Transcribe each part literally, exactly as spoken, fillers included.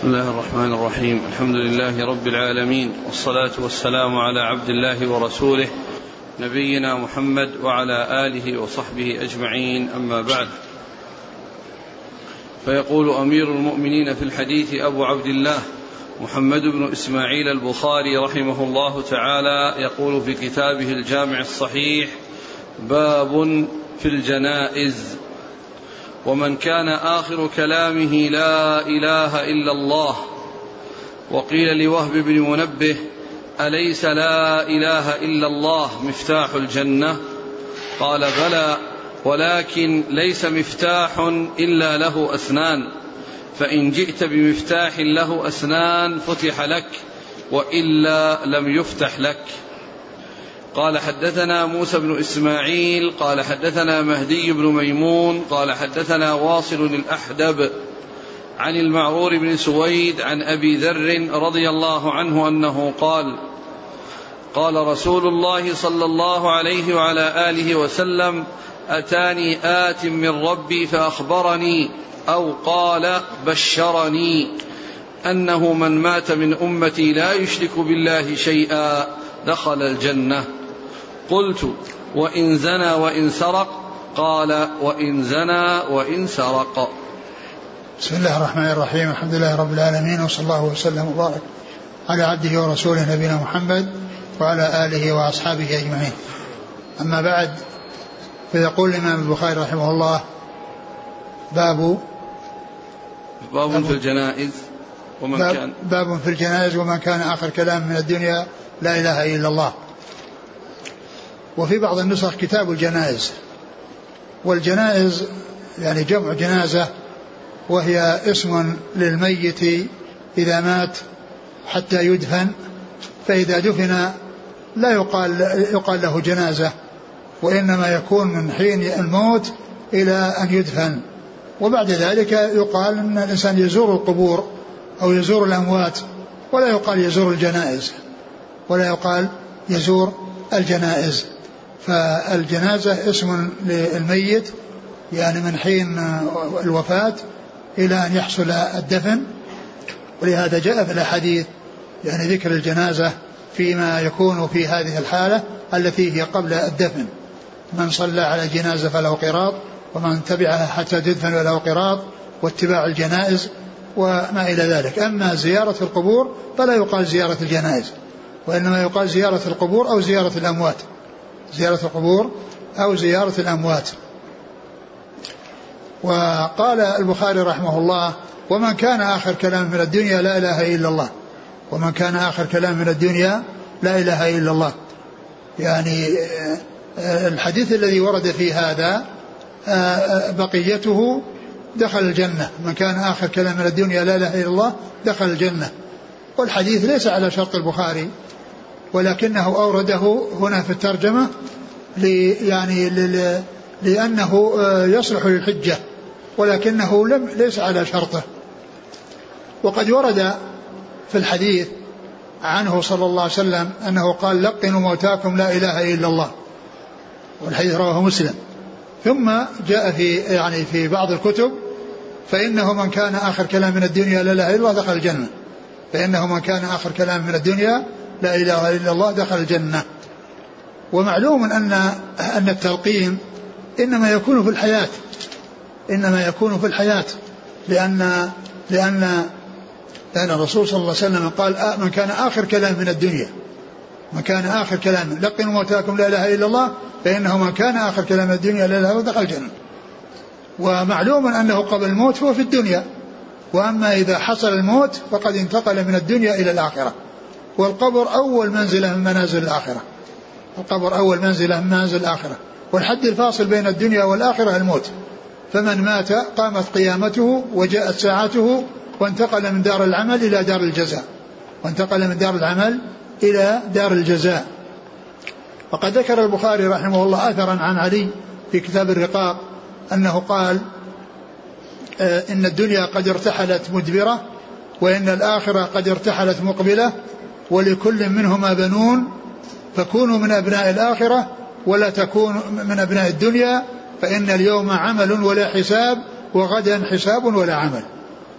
بسم الله الرحمن الرحيم. الحمد لله رب العالمين، والصلاة والسلام على عبد الله ورسوله نبينا محمد وعلى آله وصحبه أجمعين، أما بعد. فيقول أمير المؤمنين في الحديث أبو عبد الله محمد بن إسماعيل البخاري رحمه الله تعالى، يقول في كتابه الجامع الصحيح: باب في الجنائز: ومن كان آخر كلامه لا إله إلا الله. وقيل لوهب بن منبه: أليس لا إله إلا الله مفتاح الجنة؟ قال: بلى، ولكن ليس مفتاح إلا له أسنان، فإن جئت بمفتاح له أسنان فتح لك، وإلا لم يفتح لك. قال: حدثنا موسى بن إسماعيل قال حدثنا مهدي بن ميمون قال حدثنا واصل الأحدب عن المعرور بن سويد عن أبي ذر رضي الله عنه أنه قال: قال رسول الله صلى الله عليه وعلى آله وسلم: أتاني آت من ربي فأخبرني أو قال بشرني أنه من مات من أمتي لا يشرك بالله شيئا دخل الجنة. قلت: وإن زنى وإن سرق؟ قال: وإن زنى وإن سرق. بسم الله الرحمن الرحيم. الحمد لله رب العالمين، وصلى الله وسلم وبارك على عبده ورسوله نبينا محمد وعلى آله وأصحابه أجمعين. أما بعد، فيقول الإمام البخاري رحمه الله: باب باب في الجنائز ومن باب كان باب في الجنائز ومن كان آخر كلام من الدنيا لا إله إلا الله. وفي بعض النسخ كتاب الجنائز. والجنائز يعني جمع جنازة، وهي اسم للميت إذا مات حتى يدفن، فإذا دفن لا يقال, يقال له جنازة، وإنما يكون من حين الموت إلى أن يدفن. وبعد ذلك يقال أن الإنسان يزور القبور أو يزور الأموات، ولا يقال يزور الجنائز ولا يقال يزور الجنائز. فالجنازة اسم للميت يعني من حين الوفاة إلى أن يحصل الدفن، ولهذا جاء في الحديث يعني ذكر الجنازة فيما يكون في هذه الحالة التي هي قبل الدفن: من صلى على الجنازة فله قراط، ومن تبعها حتى تدفن فله قراط، واتباع الجنائز وما إلى ذلك. أما زيارة القبور فلا يقال زيارة الجنائز، وإنما يقال زيارة القبور أو زيارة الأموات، زيارة القبور أو زيارة الأموات. وقال البخاري رحمه الله: ومن كان آخر كلام من الدنيا لا إله إلا الله. ومن كان آخر كلام من الدنيا لا إله إلا الله، يعني الحديث الذي ورد في هذا بقيته دخل الجنة. من كان آخر كلام من الدنيا لا إله إلا الله دخل الجنة. والحديث ليس على شرط البخاري، ولكنه أورده هنا في الترجمة يعني لأنه يصلح للحجة، ولكنه لم ليس على شرطه. وقد ورد في الحديث عنه صلى الله عليه وسلم أنه قال: لقنوا موتاكم لا إله إلا الله، والحديث رواه مسلم. ثم جاء في يعني في بعض الكتب: فإنه من كان آخر كلام من الدنيا لا إله إلا الله دخل الجنة. فإنه من كان آخر كلام من الدنيا لا إله إلا الله دخل الجنة. ومعلوم أن أن التلقين إنما يكون في الحياة، إنما يكون في الحياة لأن لأن لأن الرسول صلى الله عليه وسلم قال: من كان آخر كلام من الدنيا، من كان آخر كلام لقنوا موتاكم لا إله إلا الله، فإنه من كان آخر كلام من الدنيا لا إله إلا الله دخل الجنة. ومعلوم أنه قبل الموت هو في الدنيا، وأما إذا حصل الموت فقد انتقل من الدنيا إلى الآخرة. والقبر أول منزلة من منازل الآخرة، القبر أول منزلة من منازل الآخرة. والحد الفاصل بين الدنيا والآخرة الموت. فمن مات قامت قيامته وجاءت ساعته، وانتقل من دار العمل إلى دار الجزاء، وانتقل من دار العمل إلى دار الجزاء. وقد ذكر البخاري رحمه الله أثرا عن علي في كتاب الرقاق أنه قال: إن الدنيا قد ارتحلت مدبرة، وإن الآخرة قد ارتحلت مقبلة، ولكل منهما بنون، فكونوا من أبناء الآخرة ولا تكونوا من أبناء الدنيا، فإن اليوم عمل ولا حساب، وغدا حساب ولا عمل.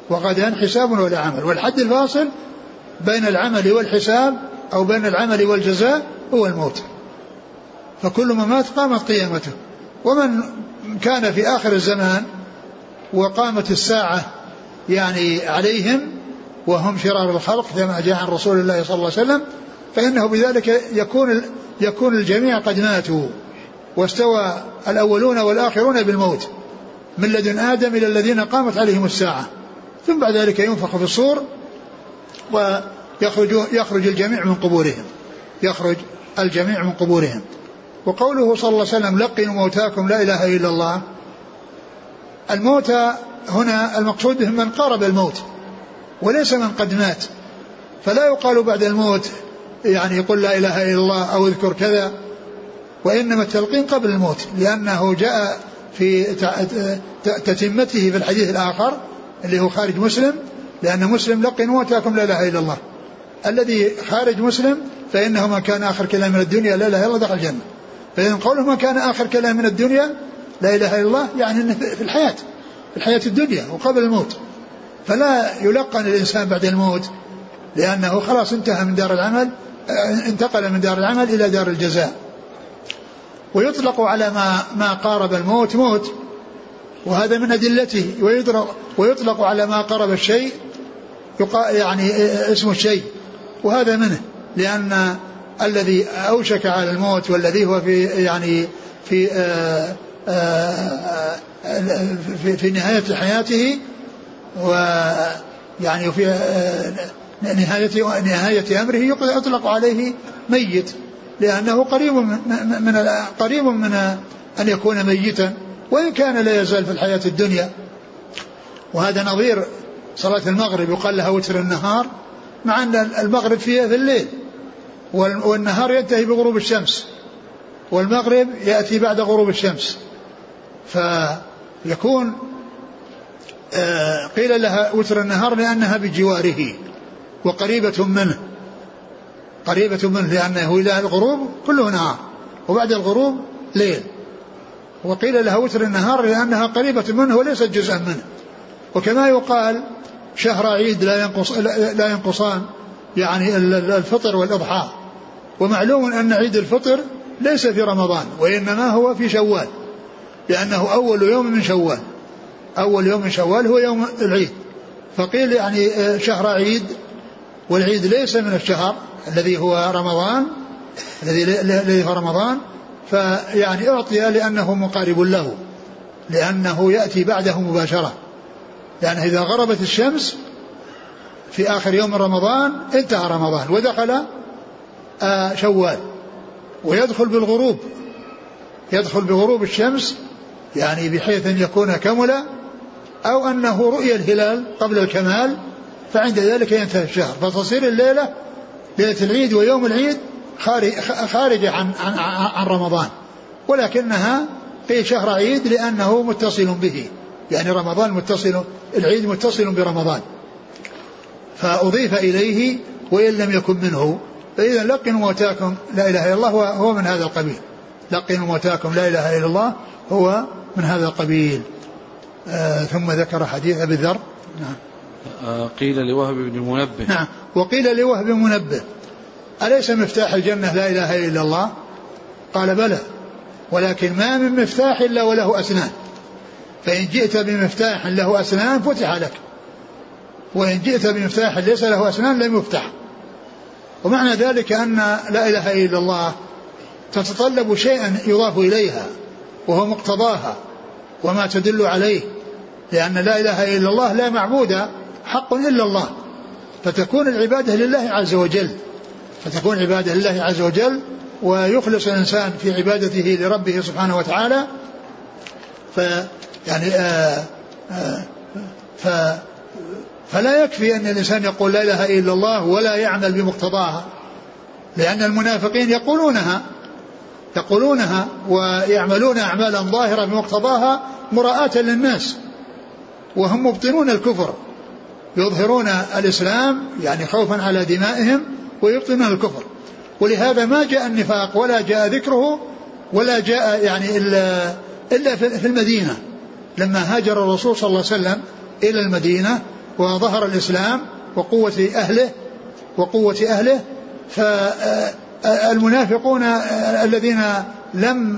وغدا حساب ولا عمل. والحد الفاصل بين العمل والحساب أو بين العمل والجزاء هو الموت. فكل من مات قامت قيامته. ومن كان في آخر الزمان وقامت الساعة يعني عليهم وهم شرار الخلق كما جاء عن رسول الله صلى الله عليه وسلم فإنه بذلك يكون يكون الجميع قد ماتوا واستوى الأولون والآخرون بالموت من لدن آدم إلى الذين قامت عليهم الساعة. ثم بعد ذلك ينفخ في الصور ويخرج يخرج الجميع من قبورهم يخرج الجميع من قبورهم. وقوله صلى الله عليه وسلم لقنوا موتاكم لا إله إلا الله، الموتى هنا المقصود بهم من قارب الموت وليس من قد مات. فلا يقال بعد الموت يعني يقول لا إله إلا الله أو اذكر كذا، وإنما التلقين قبل الموت، لأنه جاء في تتمته في الحديث الآخر اللي هو خارج مسلم، لأن مسلم لقنوا موتاكم لا إله إلا الله. الذي خارج مسلم فإنه من كان آخر كلام من الدنيا لا إله إلا الله دخل الجنة. فإن قوله من كان آخر كلام من الدنيا لا إله إلا الله يعني أنه في الحياة في الحياة الدنيا وقبل الموت. فلا يلقن الإنسان بعد الموت لأنه خلاص انتهى من دار العمل، انتقل من دار العمل إلى دار الجزاء. ويطلق على ما ما قارب الموت موت، وهذا من أدلته. ويطلق على ما قارب الشيء يعني اسم الشيء، وهذا منه، لأن الذي أوشك على الموت والذي هو في يعني في آآ آآ في, في نهاية حياته ويعني في نهاية نهاية أمره يطلق عليه ميت، لأنه قريب من, من قريب من أن يكون ميتا وإن كان لا يزال في الحياة الدنيا. وهذا نظير صلاة المغرب يقال لها وتر النهار، مع أن المغرب فيها في الليل والنهار ينتهي بغروب الشمس والمغرب يأتي بعد غروب الشمس. فيكون قيل لها وتر النهار لأنها بجواره وقريبة منه قريبة منه لأنه إلى الغروب كله نهار وبعد الغروب ليل. وقيل لها وتر النهار لأنها قريبة منه وليست جزءا منه. وكما يقال شهر عيد لا ينقص لا ينقصان يعني الفطر والإضحى. ومعلوم أن عيد الفطر ليس في رمضان وإنما هو في شوال، لأنه أول يوم من شوال أول يوم من شوال هو يوم العيد. فقيل يعني شهر عيد، والعيد ليس من الشهر الذي هو رمضان الذي هو رمضان فيعني أعطي لأنه مقارب له، لأنه يأتي بعده مباشرة، لأن إذا غربت الشمس في آخر يوم رمضان انتهى رمضان ودخل آه شوال. ويدخل بالغروب يدخل بغروب الشمس يعني بحيث أن يكون كمل أو أنه رؤية الهلال قبل الكمال، فعند ذلك ينتهي الشهر فتصير الليلة ليلة العيد ويوم العيد خارجة عن, عن, عن رمضان، ولكنها في شهر عيد لأنه متصل به، يعني رمضان متصل العيد متصل برمضان فأضيف إليه وإن لم يكن منه. فإذا لقنوا موتاكم لا إله إلا الله هو من هذا القبيل. لقنوا موتاكم لا إله إلا الله هو من هذا القبيل. آه ثم ذكر حديث أبي ذر. نعم. آه قيل لوهب بن منبه. نعم. وقيل لوهب بن منبه أليس مفتاح الجنة لا إله إلا الله؟ قال بلى، ولكن ما من مفتاح إلا وله أسنان، فإن جئت بمفتاح له أسنان فتح لك، وإن جئت بمفتاح ليس له أسنان لم يفتح. ومعنى ذلك أن لا إله إلا الله تتطلب شيئا يضاف إليها وهو مقتضاها وما تدل عليه، لأن لا إله إلا الله لا معبود حق إلا الله، فتكون العبادة لله عز وجل فتكون العبادة لله عز وجل ويخلص الإنسان في عبادته لربه سبحانه وتعالى. ف يعني آآ آآ ف فلا يكفي أن الإنسان يقول لا إله إلا الله ولا يعمل بمقتضاها، لأن المنافقين يقولونها يقولونها ويعملون أعمالا ظاهرة بمقتضاها مراءة للناس، وهم مبطنون الكفر، يظهرون الإسلام يعني خوفا على دمائهم ويبطنون الكفر. ولهذا ما جاء النفاق ولا جاء ذكره ولا جاء يعني إلا, إلا في المدينة لما هاجر الرسول صلى الله عليه وسلم إلى المدينة، وظهر الإسلام وقوة أهله وقوة أهله فالمنافقون الذين لم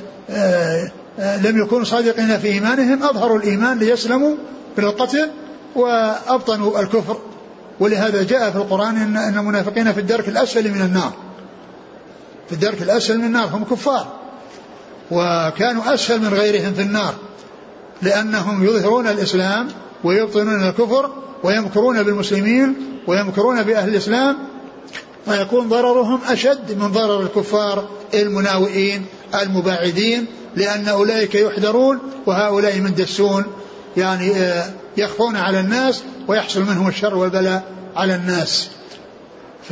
لم يكونوا صادقين في إيمانهم أظهروا الإيمان ليسلموا من القتل وأبطنوا الكفر. ولهذا جاء في القرآن أن المنافقين في الدرك الأسفل من النار، في الدرك الأسفل من النار، هم كفار وكانوا أسفل من غيرهم في النار لأنهم يظهرون الإسلام ويبطنون الكفر ويمكرون بالمسلمين ويمكرون بأهل الإسلام، فيكون ضررهم أشد من ضرر الكفار المناوئين المباعدين، لأن أولئك يحذرون وهؤلاء مندسون، يعني يخفون على الناس ويحصل منهم الشر والبلاء على الناس. ف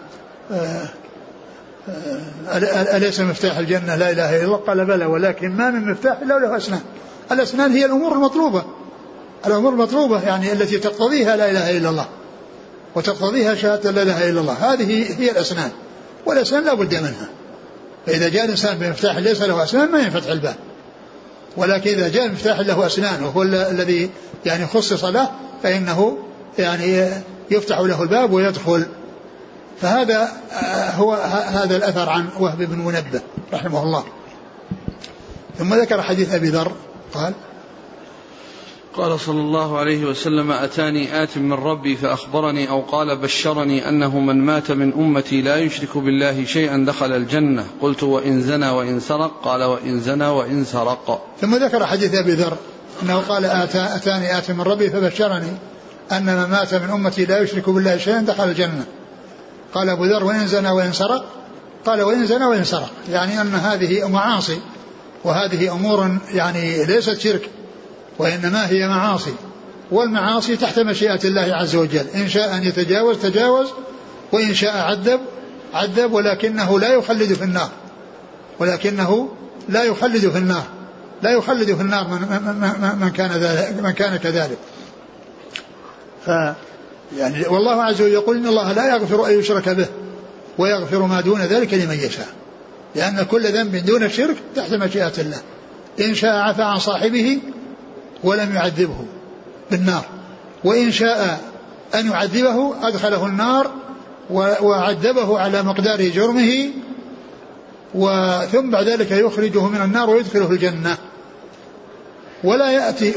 أليس مفتاح الجنة لا إله إلا الله؟ قال بلى، ولكن ما من مفتاح إلا له أسنان. الأسنان هي الأمور المطلوبة، الأمور المطلوبة يعني التي تقتضيها لا إله إلا الله وتقتضيها شهادة لا إله إلا الله، هذه هي الأسنان، والأسنان لا بد منها. فإذا جاء الإنسان بمفتاح ليس له أسنان ما ينفتح الباب، ولكن إذا جاء المفتاح له أسنان وهو الذي يعني خصص له فإنه يعني يفتح له الباب ويدخل. فهذا هو هذا الأثر عن وهب بن منبه رحمه الله. ثم ذكر حديث أبي ذر قال قال صلى الله عليه وسلم: أتاني آت من ربي فأخبرني أو قال بشرني أنه من مات من أمتي لا يشرك بالله شيئا دخل الجنة. قلت: وإن زنى وإن سرق؟ قال: وإن زنى وإن سرق. ثم ذكر حديث أبي ذر أنه قال: أتاني آت من ربي فبشرني أن من مات من أمتي لا يشرك بالله شيئا دخل الجنة. قال أبو ذر: وإن زنى وإن سرق؟ قال: وإن زنى وإن سرق، يعني أن هذه معاصي، وهذه أمور يعني ليست شرك وإنما هي معاصي، والمعاصي تحت مشيئة الله عز وجل، إن شاء أن يتجاوز تجاوز، وإن شاء عذب عذب، ولكنه لا يخلد في النار، ولكنه لا يخلد في النار لا يخلد في النار من, من, من, كان, ذلك من كان كذلك. ف يعني والله عز وجل يقول: إن الله لا يغفر أن يشرك به ويغفر ما دون ذلك لمن يشاء، لأن كل ذنب دون الشرك تحت مشيئة الله، إن شاء عفى عن صاحبه ولم يعذبه بالنار، وإن شاء أن يعذبه أدخله النار وعذبه على مقدار جرمه، وثم بعد ذلك يخرجه من النار ويدخله الجنة، ولا يأتي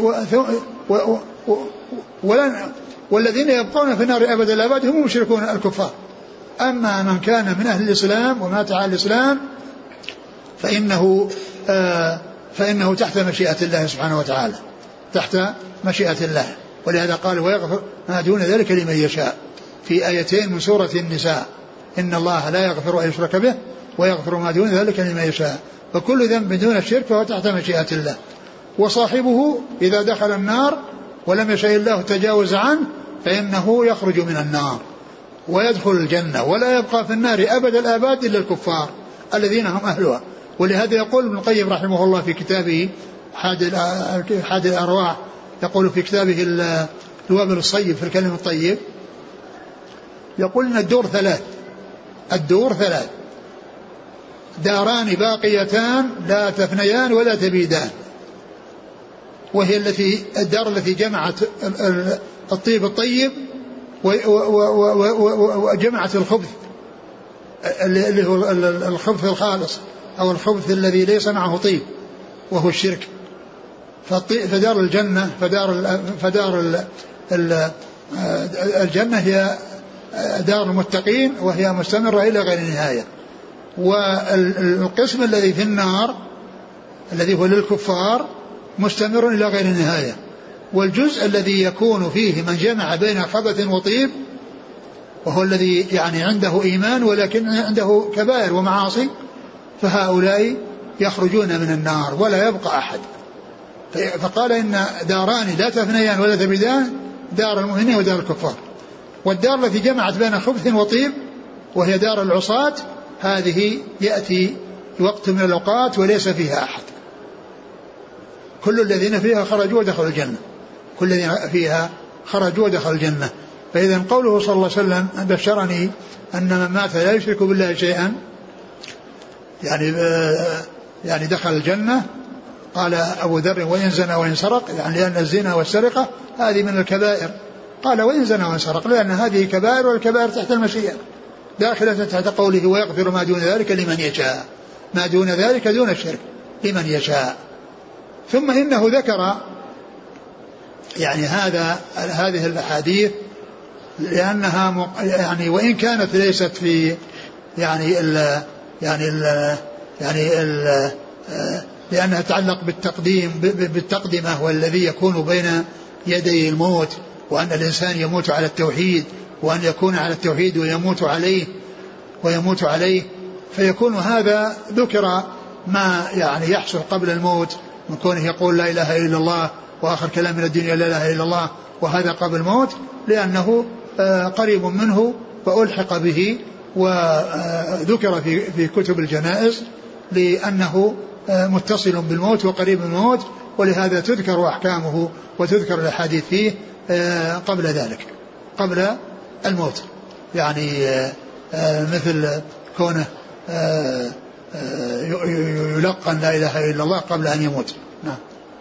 ولا والذين يبقون في النار أبد الآباد هم مشركون الكفار. أما من كان من أهل الإسلام ومات على الإسلام فإنه آه فإنه تحت مشيئة الله سبحانه وتعالى، تحت مشيئة الله. ولهذا قال: ويغفر ما دون ذلك لمن يشاء، في آيتين من سورة النساء: إن الله لا يغفر أن يشرك به ويغفر ما دون ذلك لمن يشاء. فكل ذنب دون الشرك فهو تحت مشيئة الله، وصاحبه إذا دخل النار ولم يشاء الله تجاوز عنه فإنه يخرج من النار ويدخل الجنة، ولا يبقى في النار أبد الآباد إلا الكفار الذين هم أهلها. ولهذا يقول ابن القيم رحمه الله في كتابه حاد الأرواح، يقول في كتابه الوابل الصيب في الكلم الطيب، يقول إن الدور ثلاث الدور ثلاث داران باقيتان لا تفنيان ولا تبيدان، وهي التي الدار التي جمعت الطيب الطيب وجمعت الخبث اللي هو الخبث الخالص أو الخبث الذي ليس معه طيب وهو الشرك. فدار الجنة فدار فدار الجنة هي دار المتقين وهي مستمرة إلى غير نهاية. والقسم الذي في النار الذي هو للكفار مستمر إلى غير نهاية. والجزء الذي يكون فيه من جمع بين خبث وطيب وهو الذي يعني عنده إيمان ولكن عنده كبائر ومعاصي، فهؤلاء يخرجون من النار ولا يبقى أحد. فقال إن داران لا تفنيان ولا تبيدان، دار المؤمنين ودار الكفار. والدار التي جمعت بين خبث وطيب وهي دار العصاة هذه يأتي وقت من الأوقات وليس فيها أحد، كل الذين فيها خرجوا ودخلوا الجنة، كل الذين فيها خرجوا ودخلوا الجنة. فإذا قوله صلى الله عليه وسلم: بشرني أن من مات لا يشرك بالله شيئا، يعني يعني دخل الجنة. قال أبو ذر: وإن زنى وإن سرق، يعني لأن الزنا والسرقة هذه من الكبائر قال وإن زنى وإن سرق، لأن هذه كبائر، والكبائر تحت المشيئة داخلة تحت قوله ويغفر ما دون ذلك لمن يشاء، ما دون ذلك دون الشرك لمن يشاء. ثم إنه ذكر يعني هذا هذه الأحاديث لأنها يعني وإن كانت ليست في يعني ال يعني ال يعني ال لأنها تتعلق بالتقديم بالتقدمة والذي يكون بين يدي الموت، وأن الإنسان يموت على التوحيد، وأن يكون على التوحيد ويموت عليه ويموت عليه فيكون هذا ذكر ما يعني يحصل قبل الموت من كونه يقول لا إله إلا الله وآخر كلام من الدنيا لا إله إلا الله، وهذا قبل الموت لأنه قريب منه وألحق به وذكر في في كتب الجنائز لأنه متصل بالموت وقريب من الموت، ولهذا تذكر أحكامه وتذكر الأحاديث فيه قبل ذلك قبل الموت، يعني مثل كونه يلقن لا إله إلا الله قبل أن يموت. نعم.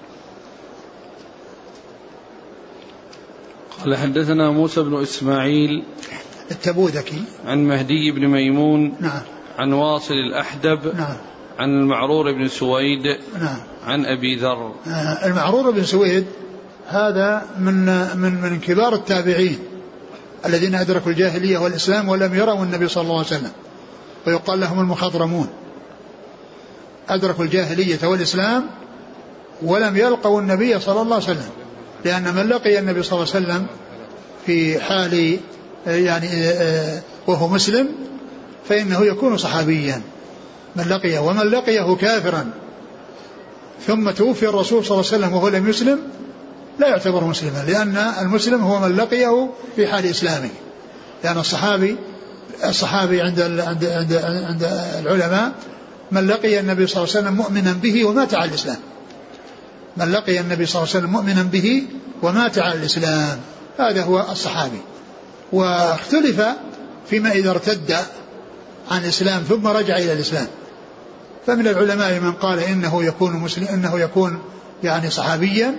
قال حدثنا موسى بن إسماعيل التبوذكي عن مهدي بن ميمون نعم عن واصل الأحدب نعم عن المعرور بن سويد نعم عن أبي ذر. المعرور بن سويد هذا من من من كبار التابعين الذين أدركوا الجاهلية والإسلام ولم يروا النبي صلى الله عليه وسلم، ويقال لهم المخضرمون، أدركوا الجاهلية والإسلام ولم يلقوا النبي صلى الله عليه وسلم، لأن من لقي النبي صلى الله عليه وسلم في حال يعني وهو مسلم فإنه يكون صحابيا من لقيه، ومن لقيه كافرا ثم توفي الرسول صلى الله عليه وسلم وهو لم يسلم لا يعتبر مسلما، لأن المسلم هو من لقيه في حال إسلامه، لأن الصحابي الصحابي عند عند عند عند العلماء من لقي النبي صلى الله عليه وسلم مؤمنا به ومات على الإسلام، من لقي النبي صلى الله عليه وسلم مؤمنا به ومات على الإسلام هذا هو الصحابي. واختلف فيما إذا ارتد عن الإسلام ثم رجع إلى الإسلام، فمن العلماء من قال إنه يكون مسلم إنه يكون يعني صحابيا،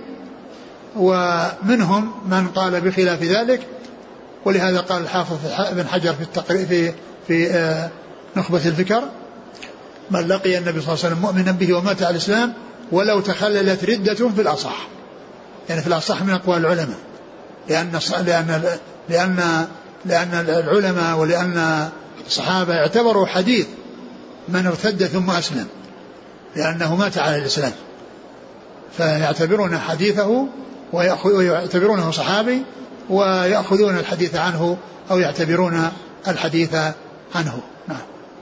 ومنهم من قال بخلاف ذلك، ولهذا قال الحافظ بن حجر في التقريب في في آه نخبة الفكر من لقي النبي صلى الله عليه وسلم مؤمنا به ومات على الإسلام ولو تخللت ردة في الأصح، يعني في الأصح من أقوال العلماء، لأن لأن لأن لأن العلماء ولأن الصحابة اعتبروا حديث من ارتد ثم أسلم لأنه مات على الإسلام، فيعتبرون حديثه ويعتبرونه صحابي ويأخذون الحديث عنه أو يعتبرون الحديث عنه. نعم.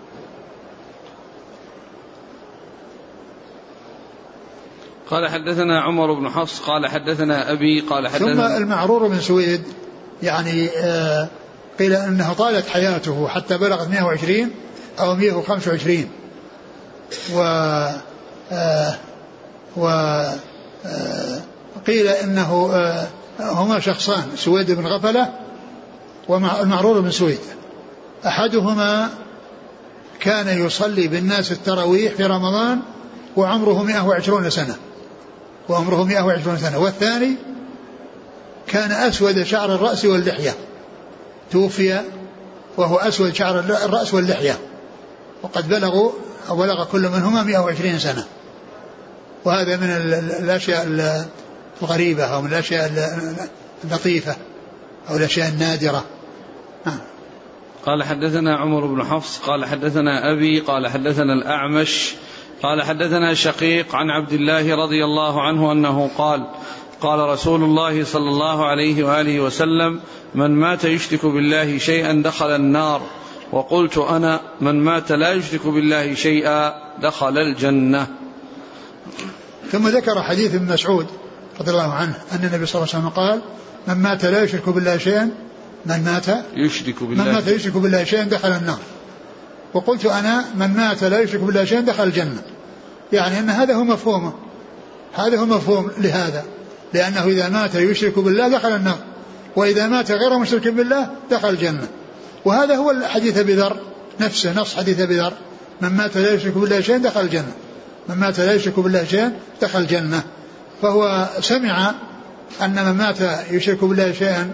قال حدثنا عمر بن حفص قال حدثنا أبي قال حدثنا. ثم المعرور بن سويد يعني آه قيل أنه طالت حياته حتى بلغت مئة وعشرين أو مئة وخمسة وعشرين، و آه و آه قيل إنه آه هما شخصان سويد بن غفلة والمعرور بن سويد، أحدهما كان يصلي بالناس التراويح في رمضان وعمره مئة وعشرون سنة وعمره مئة وعشرون سنة، والثاني كان أسود شعر الرأس واللحية، توفي وهو أسود شعر الرأس واللحية، وقد بلغوا أو بلغ كل منهما مئة وعشرين سنة، وهذا من الأشياء الغريبة أو من الأشياء اللطيفة أو الأشياء النادرة. قال حدثنا عمر بن حفص قال حدثنا أبي قال حدثنا الأعمش قال حدثنا شقيق عن عبد الله رضي الله عنه أنه قال قال رسول الله صلى الله عليه وآله وسلم من مات يشرك بالله شيئا دخل النار، وقلت أنا من مات لا يشرك بالله شيئا دخل الجنة. ثم ذكر حديث ابن مسعود رضي الله عنه أن النبي صلى الله عليه وسلم قال من مات لا يشرك بالله شيئا من مات يشرك بالله من مات يشرك بالله شيئا دخل النار، وقلت أنا من مات لا يشرك بالله شيئا دخل الجنة، يعني أن هذا هو مفهومه، هذا هو مفهوم لهذا، لأنه إذا مات يشرك بالله دخل النار، وإذا مات غير مشرك بالله دخل الجنة، وهذا هو الحديث أبي ذر نفسه، نص حديث أبي ذر من مات لا يشرك بالله شيئا دخل الجنة، من مات لا يشرك بالله شيئا دخل الجنة، فهو سمع أن من مات يشرك بالله شيئا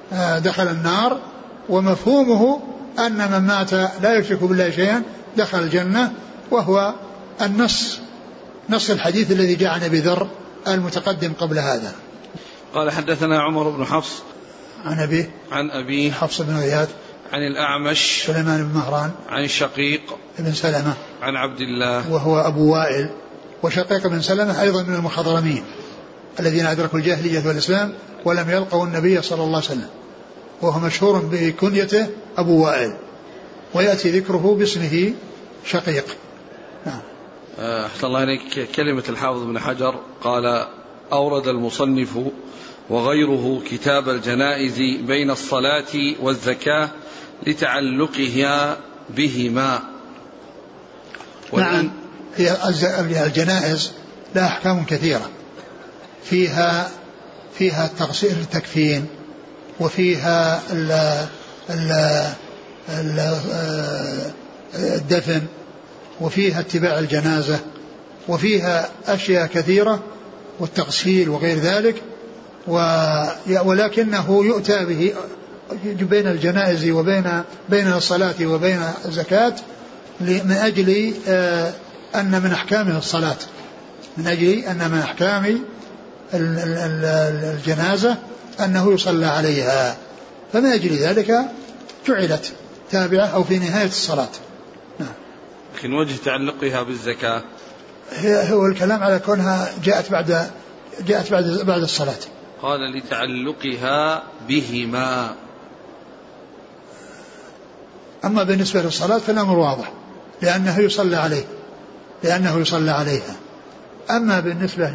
دخل النار، ومفهومه أن من مات لا يشرك بالله شيئا دخل الجنة، وهو النص نص الحديث الذي جاء عن أبي ذر المتقدم قبل هذا. قال حدثنا عمر بن حفص عن أبيه عن أبيه حفص بن غياث عن الأعمش سليمان بن مهران عن شقيق بن سلمة عن عبد الله وهو أبو وائل، وشقيق بن سلمة أيضا من المخضرمين الذين أدركوا الجاهلية والإسلام ولم يلقوا النبي صلى الله عليه وسلم، وهو مشهور بكنيته أبو وائل، ويأتي ذكره باسمه شقيق. نعم. أحسن الله إليك. كلمة الحافظ بن حجر قال أورد المصنف وغيره كتاب الجنائز بين الصلاة والزكاة لتعلقها بهما. نعم. هي الجنائز لها أحكام كثيرة، فيها فيها التغسيل التكفين، وفيها ال ال ال الدفن، وفيها اتباع الجنازة، وفيها أشياء كثيرة والتغسيل وغير ذلك، ولكنه يؤتى به بين الجنائز وبين بين الصلاة وبين الزكاة من أجل أن من أحكامه الصلاة، من أجل أن من أحكام الجنازة أنه يصلى عليها، فمن أجل ذلك جعلت تابعة أو في نهاية الصلاة. نعم. لكن وجه تعلقها بالزكاة هو الكلام على كونها جاءت بعد جاءت بعد بعد الصلاة. قال لتعلقها بهما. أما بالنسبة للصلاة فالأمر واضح، لأنه يصلى عليه لأنه يصلى عليها. أما بالنسبة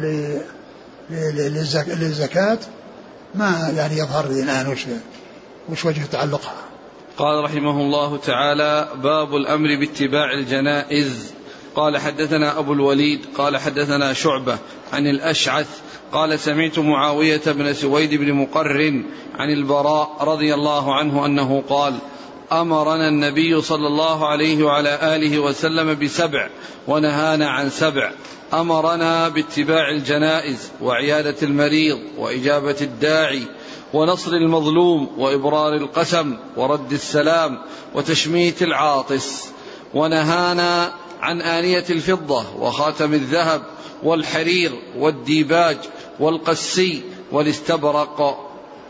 للزكاة ما يعني يظهر لي الآن وش وش وجه تعلقها. قال رحمه الله تعالى: باب الأمر باتباع الجنائز. قال حدثنا أبو الوليد قال حدثنا شعبة عن الأشعث قال سمعت معاوية بن سويد بن مقرن عن البراء رضي الله عنه أنه قال: أمرنا النبي صلى الله عليه وعلى آله وسلم بسبع ونهانا عن سبع. أمرنا باتباع الجنائز وعيادة المريض وإجابة الداعي ونصر المظلوم وإبرار القسم ورد السلام وتشميت العاطس، ونهانا عن آنية الفضة وخاتم الذهب والحرير والديباج والقسي والاستبرق.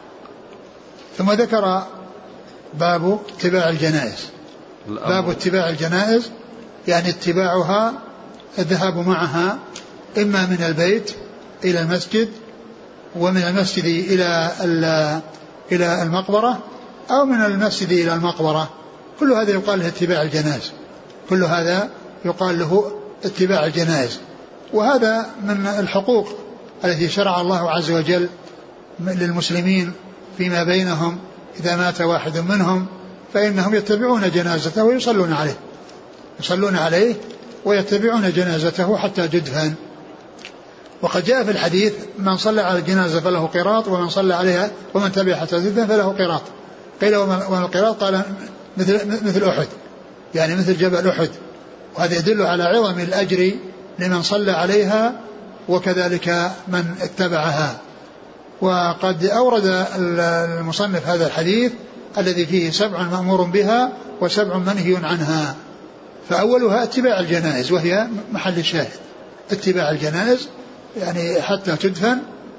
ثم ذكر باب اتباع الجنائز. باب اتباع الجنائز يعني اتباعها، الذهاب معها إما من البيت إلى المسجد، ومن المسجد إلى إلى المقبرة، أو من المسجد إلى المقبرة. كل هذا يقال له اتباع الجنائز، كل هذا يقال له اتباع الجنائز. وهذا من الحقوق التي شرع الله عز وجل للمسلمين فيما بينهم. إذا مات واحد منهم فإنهم يتبعون جنازته ويصلون عليه يصلون عليه ويتبعون جنازته حتى تدفن. وقد جاء في الحديث: من صلى على الجنازة فله قيراط، ومن صلى عليها ومن تبع حتى تدفن فله قيراط. قيل ومن القيراط؟ قال مثل, مثل أحد، يعني مثل جبل أحد. وهذا يدل على عظم الأجر لمن صلى عليها وكذلك من اتبعها. وقد أورد المصنف هذا الحديث الذي فيه سبع مأمور بها وسبع منهي عنها. فأولها اتباع الجنائز، وهي محل الشاهد، اتباع الجنائز يعني حتى تدفن،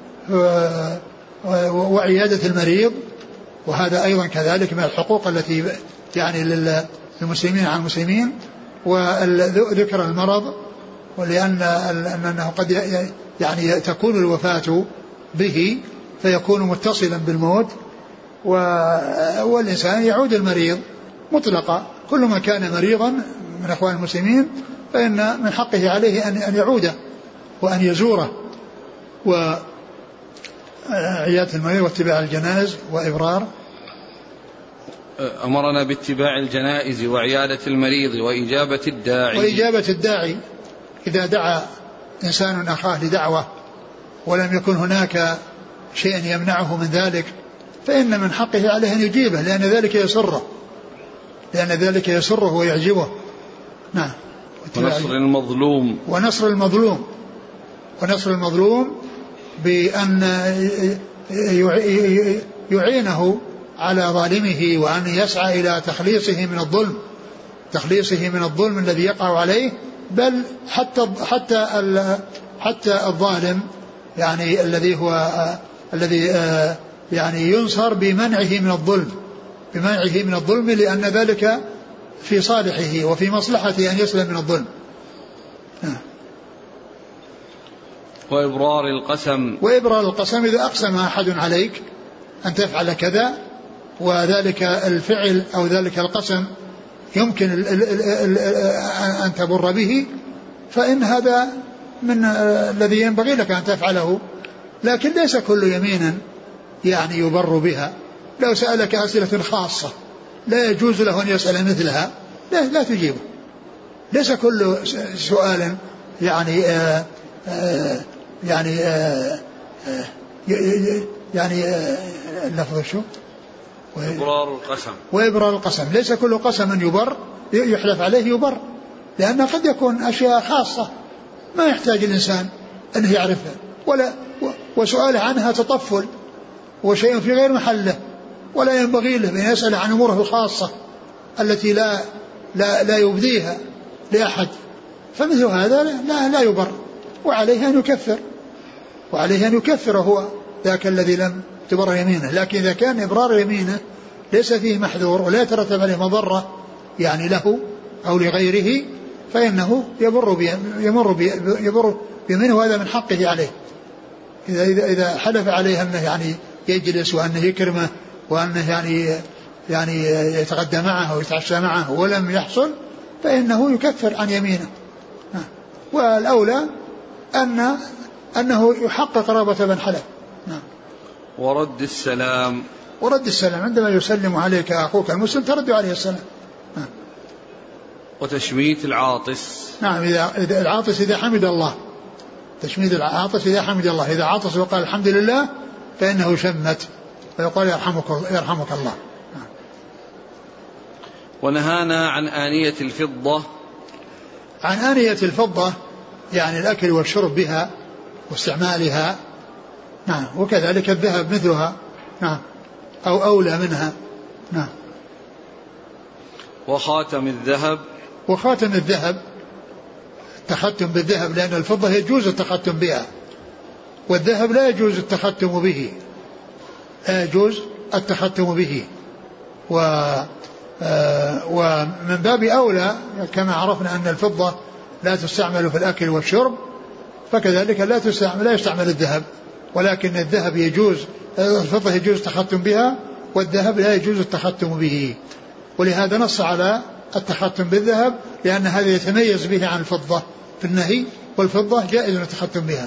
وعيادة المريض، وهذا أيضا كذلك من الحقوق التي يعني للمسلمين على المسلمين. وذكر المرض، ولأن أنه قد يعني تكون الوفاة به فيكون متصلا بالموت، والإنسان يعود المريض مطلقا. كل ما كان مريضا من أخوان المسلمين فإن من حقه عليه أن يعوده وأن يزوره. وعيادة المريض واتباع الجنائز وإبرار. أمرنا باتباع الجنائز وعيادة المريض وإجابة الداعي. وإجابة الداعي إذا دعا إنسان أخاه لدعوة ولم يكن هناك شيء يمنعه من ذلك فإن من حقه عليه أن يجيبه، لأن ذلك يسره لأن ذلك يسره ويعجبه. نعم. ونصر المظلوم ونصر المظلوم ونصر المظلوم بأن يعينه على ظالمه وأن يسعى إلى تخليصه من الظلم تخليصه من الظلم الذي يقع عليه، بل حتى حتى حتى الظالم يعني الذي هو آه الذي آه يعني ينصر بمنعه من الظلم بمنعه من الظلم لأن ذلك في صالحه وفي مصلحته أن يسلم من الظلم. آه. وإبرار القسم وإبرار القسم إذا أقسم أحد عليك أن تفعل كذا وذلك الفعل أو ذلك القسم يمكن ال ال ال ال أن تبر به، فإن هذا من الذي ينبغي لك أن تفعله، لكن ليس كل يمين يعني يبر بها. لو سألك أسئلة خاصة لا يجوز له أن يسأل مثلها لا, لا تجيبه. ليس كل سؤال يعني آآ آآ يعني آآ يعني اللفظ شو وإبرار القسم وإبرار القسم ليس كل قسم يبر يحلف عليه يبر، لأن قد يكون أشياء خاصة ما يحتاج الإنسان أنه يعرفها، ولا وسؤاله عنها تطفل وشيء في غير محله، ولا ينبغي له أن يسأل عن أموره الخاصة التي لا لا لا يبديها لأحد، فمثل هذا لا لا يبر، وعليه أن يكفر وعليه أن يكفر هو ذاك الذي لم تبر يمينه. لكن إذا كان إبرار يمينه ليس فيه محذور ولا يترتب عليه مضرة يعني له أو لغيره، فإنه يبر بي يمر بي يبر بيمينه، وهذا من حقه عليه. إذا إذا إذا حلف عليه أنه يعني يجلس وأنه يكرمه وأنه يعني يعني يتغدى معه ويتعشى معه ولم يحصل، فإنه يكفر عن يمينه. والأولى أن أنه يحقق قرابة من حلف. ورد السلام ورد السلام عندما يسلم عليك أخوك المسلم ترد عليه السلام. نعم. وتشميت العاطس. نعم إذا العاطس إذا حمد الله، تشميت العاطس إذا حمد الله، إذا عاطس وقال الحمد لله فإنه شمت ويقول يرحمك يرحمك الله. نعم. ونهانا عن آنية الفضة. عن آنية الفضة يعني الأكل والشرب بها واستعمالها. نعم. وكذلك الذهب مثلها. نعم. أو أولى منها. نعم. وخاتم الذهب. وخاتم الذهب التختم بالذهب، لأن الفضة يجوز التختم بها والذهب لا يجوز التختم به لا يجوز التختم به و آه ومن باب أولى كما عرفنا أن الفضة لا تستعمل في الأكل والشرب، فكذلك لا تستعمل لا يستعمل الذهب، ولكن الذهب يجوز الفضة يجوز التختم بها والذهب لا يجوز التختم به، ولهذا نص على التختم بالذهب لأن هذا يتميز به عن الفضة في النهي، والفضة جائز التختم بها.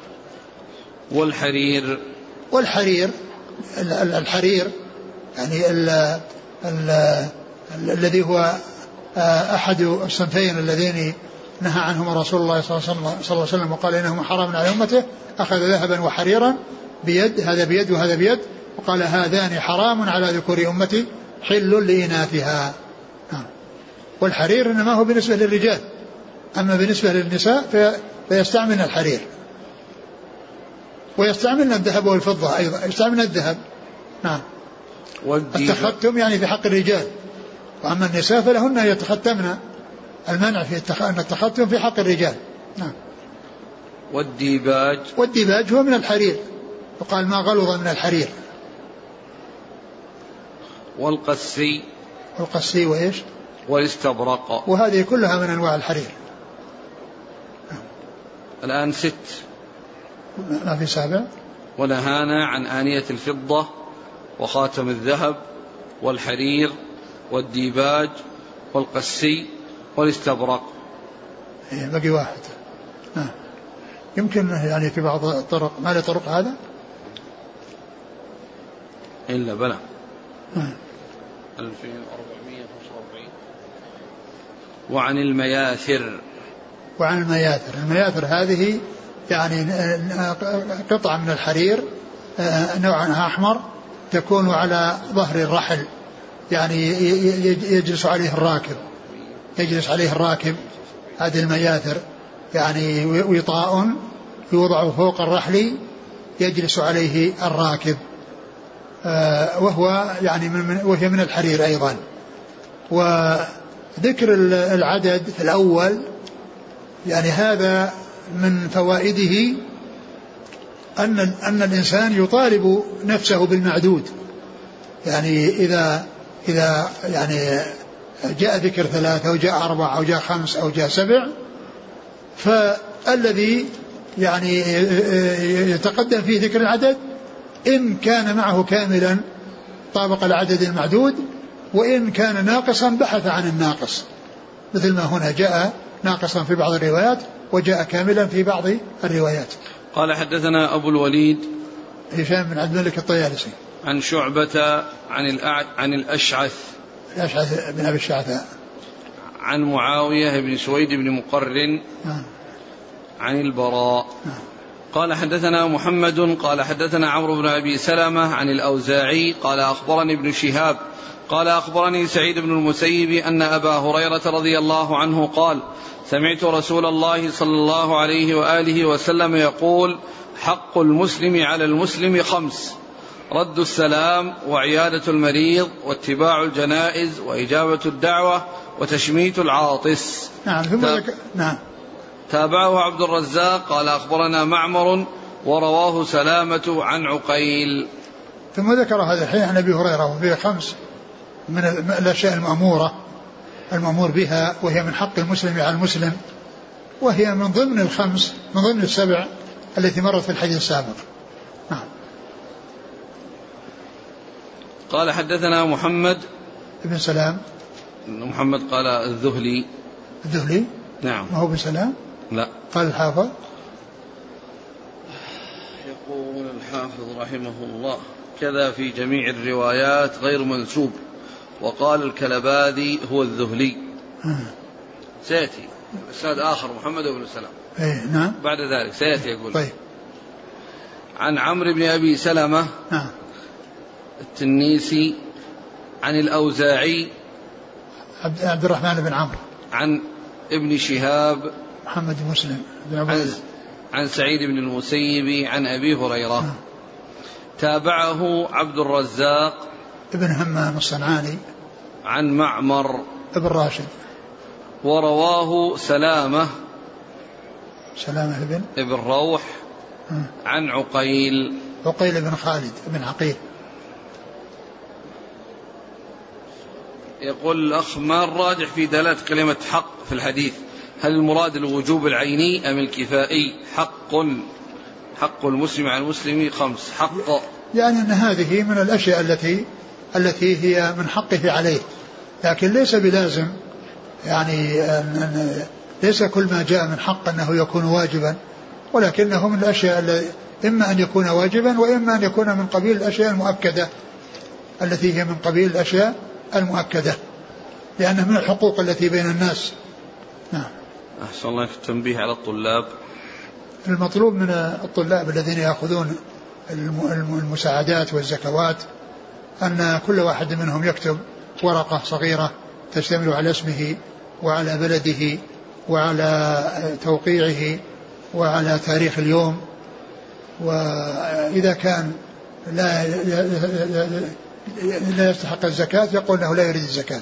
والحرير. والحرير الحرير يعني ال ال ال الذي هو أحد الصنفين اللذين نهى عنهما رسول الله صلى الله عليه وسلم وقال إنهما حرام على أمته، أخذ ذهبا وحريرا بيد، هذا بيد وهذا بيد، وقال هذان حرام على ذكور أمتي حل لإناثها. والحرير إنما هو بالنسبة للرجال، أما بالنسبة للنساء فيستعملن الحرير ويستعملن الذهب والفضة أيضا، يستعملن الذهب. نعم. التختم يعني في حق الرجال، وأما النساء فلهن يتختمن، المنع في التختم في حق الرجال. نعم. والديباج. والديباج هو من الحرير، وقال ما غلظ من الحرير. والقسي. والقسي وإيش؟ والاستبرق. وهذه كلها من أنواع الحرير. الآن ست. ما في سابع. ونهانا عن آنية الفضة وخاتم الذهب والحرير والديباج والقسي والاستبرق. إيه بقي واحد. آه. يمكن يعني في بعض الطرق ما له طرق هذا إلا بلى. آه. ألفين وأربعمائة وخمسة وأربعين. وعن المياثر. وعن المياثر المياثر هذه يعني قطعة من الحرير نوعها أحمر تكون على ظهر الرحل، يعني يجلس عليه الراكب يجلس عليه الراكب هذه المياثر يعني وطاء يوضع فوق الرحل يجلس عليه الراكب، وهو يعني من وهي من الحرير أيضا. وذكر العدد الأول يعني هذا من فوائده أن أن الإنسان يطالب نفسه بالمعدود، يعني إذا إذا يعني جاء ذكر ثلاثة أو جاء أربعة أو جاء خمس أو جاء سبع، فالذي يعني يتقدم فيه ذكر العدد إن كان معه كاملا طابق العدد المعدود، وإن كان ناقصا بحث عن الناقص، مثل ما هنا جاء ناقصا في بعض الروايات وجاء كاملا في بعض الروايات. قال حدثنا أبو الوليد هشام بن عبد الملك الطيالسي عن شعبة عن الأع... عن الأشعث الأشعث بن أبي الشعثاء عن معاوية بن سويد بن مقرن آه. عن البراء آه. قال حدثنا محمد قال حدثنا عمرو بن أبي سلمة عن الأوزاعي قال أخبرني ابن شهاب قال أخبرني سعيد بن المسيب أن أبا هريرة رضي الله عنه قال سمعت رسول الله صلى الله عليه وآله وسلم يقول حق المسلم على المسلم خمس: رد السلام، وعيادة المريض، واتباع الجنائز، وإجابة الدعوة، وتشميت العاطس. نعم. ثم تاب... نعم. تابعه عبد الرزاق قال أخبرنا معمر ورواه سلامة عن عقيل. ثم ذكر هذا الحديث عن أبي هريرة وفيه خمس من الأشياء المأمورة المأمور بها، وهي من حق المسلم على المسلم، وهي من ضمن الخمس من ضمن السبع التي مرت في الحديث السابق. نعم. قال حدثنا محمد ابن سلام. محمد قال الذهلي. الذهلي نعم. ما هو ابن سلام؟ لا. قال الحافظ. يقول الحافظ رحمه الله كذا في جميع الروايات غير منسوب، وقال الكلباذي هو الذهلي. آه. سيأتي إسناد آخر محمد بن سلام. إيه نعم. بعد ذلك سيأتي يقول. طيب. عن عمرو بن أبي سلمة نعم. التنيسي عن الأوزاعي عبد الرحمن بن عمرو عن ابن شهاب محمد مسلم بن عن, عن سعيد بن المسيب عن أبي هريرة. نعم. تابعه عبد الرزاق ابن همام الصنعاني عن معمر ابن راشد، ورواه سلامة سلامة ابن ابن روح عن عقيل عقيل بن خالد بن عقيل. يقول الأخ ما الراجح في دلالة كلمة حق في الحديث؟ هل المراد الوجوب العيني أم الكفائي؟ حق حق المسلم على المسلم خمس حق، يعني أن هذه من الأشياء التي التي هي من حقه عليه، لكن ليس بلازم، يعني أن ليس كل ما جاء من حق أنه يكون واجبا، ولكنه من الأشياء التي إما أن يكون واجبا وإما أن يكون من قبيل الأشياء المؤكدة التي هي من قبيل الأشياء المؤكدة، لأنه من الحقوق التي بين الناس. نعم. أحسن الله التنبيه على الطلاب. المطلوب من الطلاب الذين يأخذون المساعدات والزكوات أن كل واحد منهم يكتب ورقة صغيرة تشتمل على اسمه وعلى بلده وعلى توقيعه وعلى تاريخ اليوم، وإذا كان لا لا يستحق الزكاة يقول أنه لا يريد الزكاة.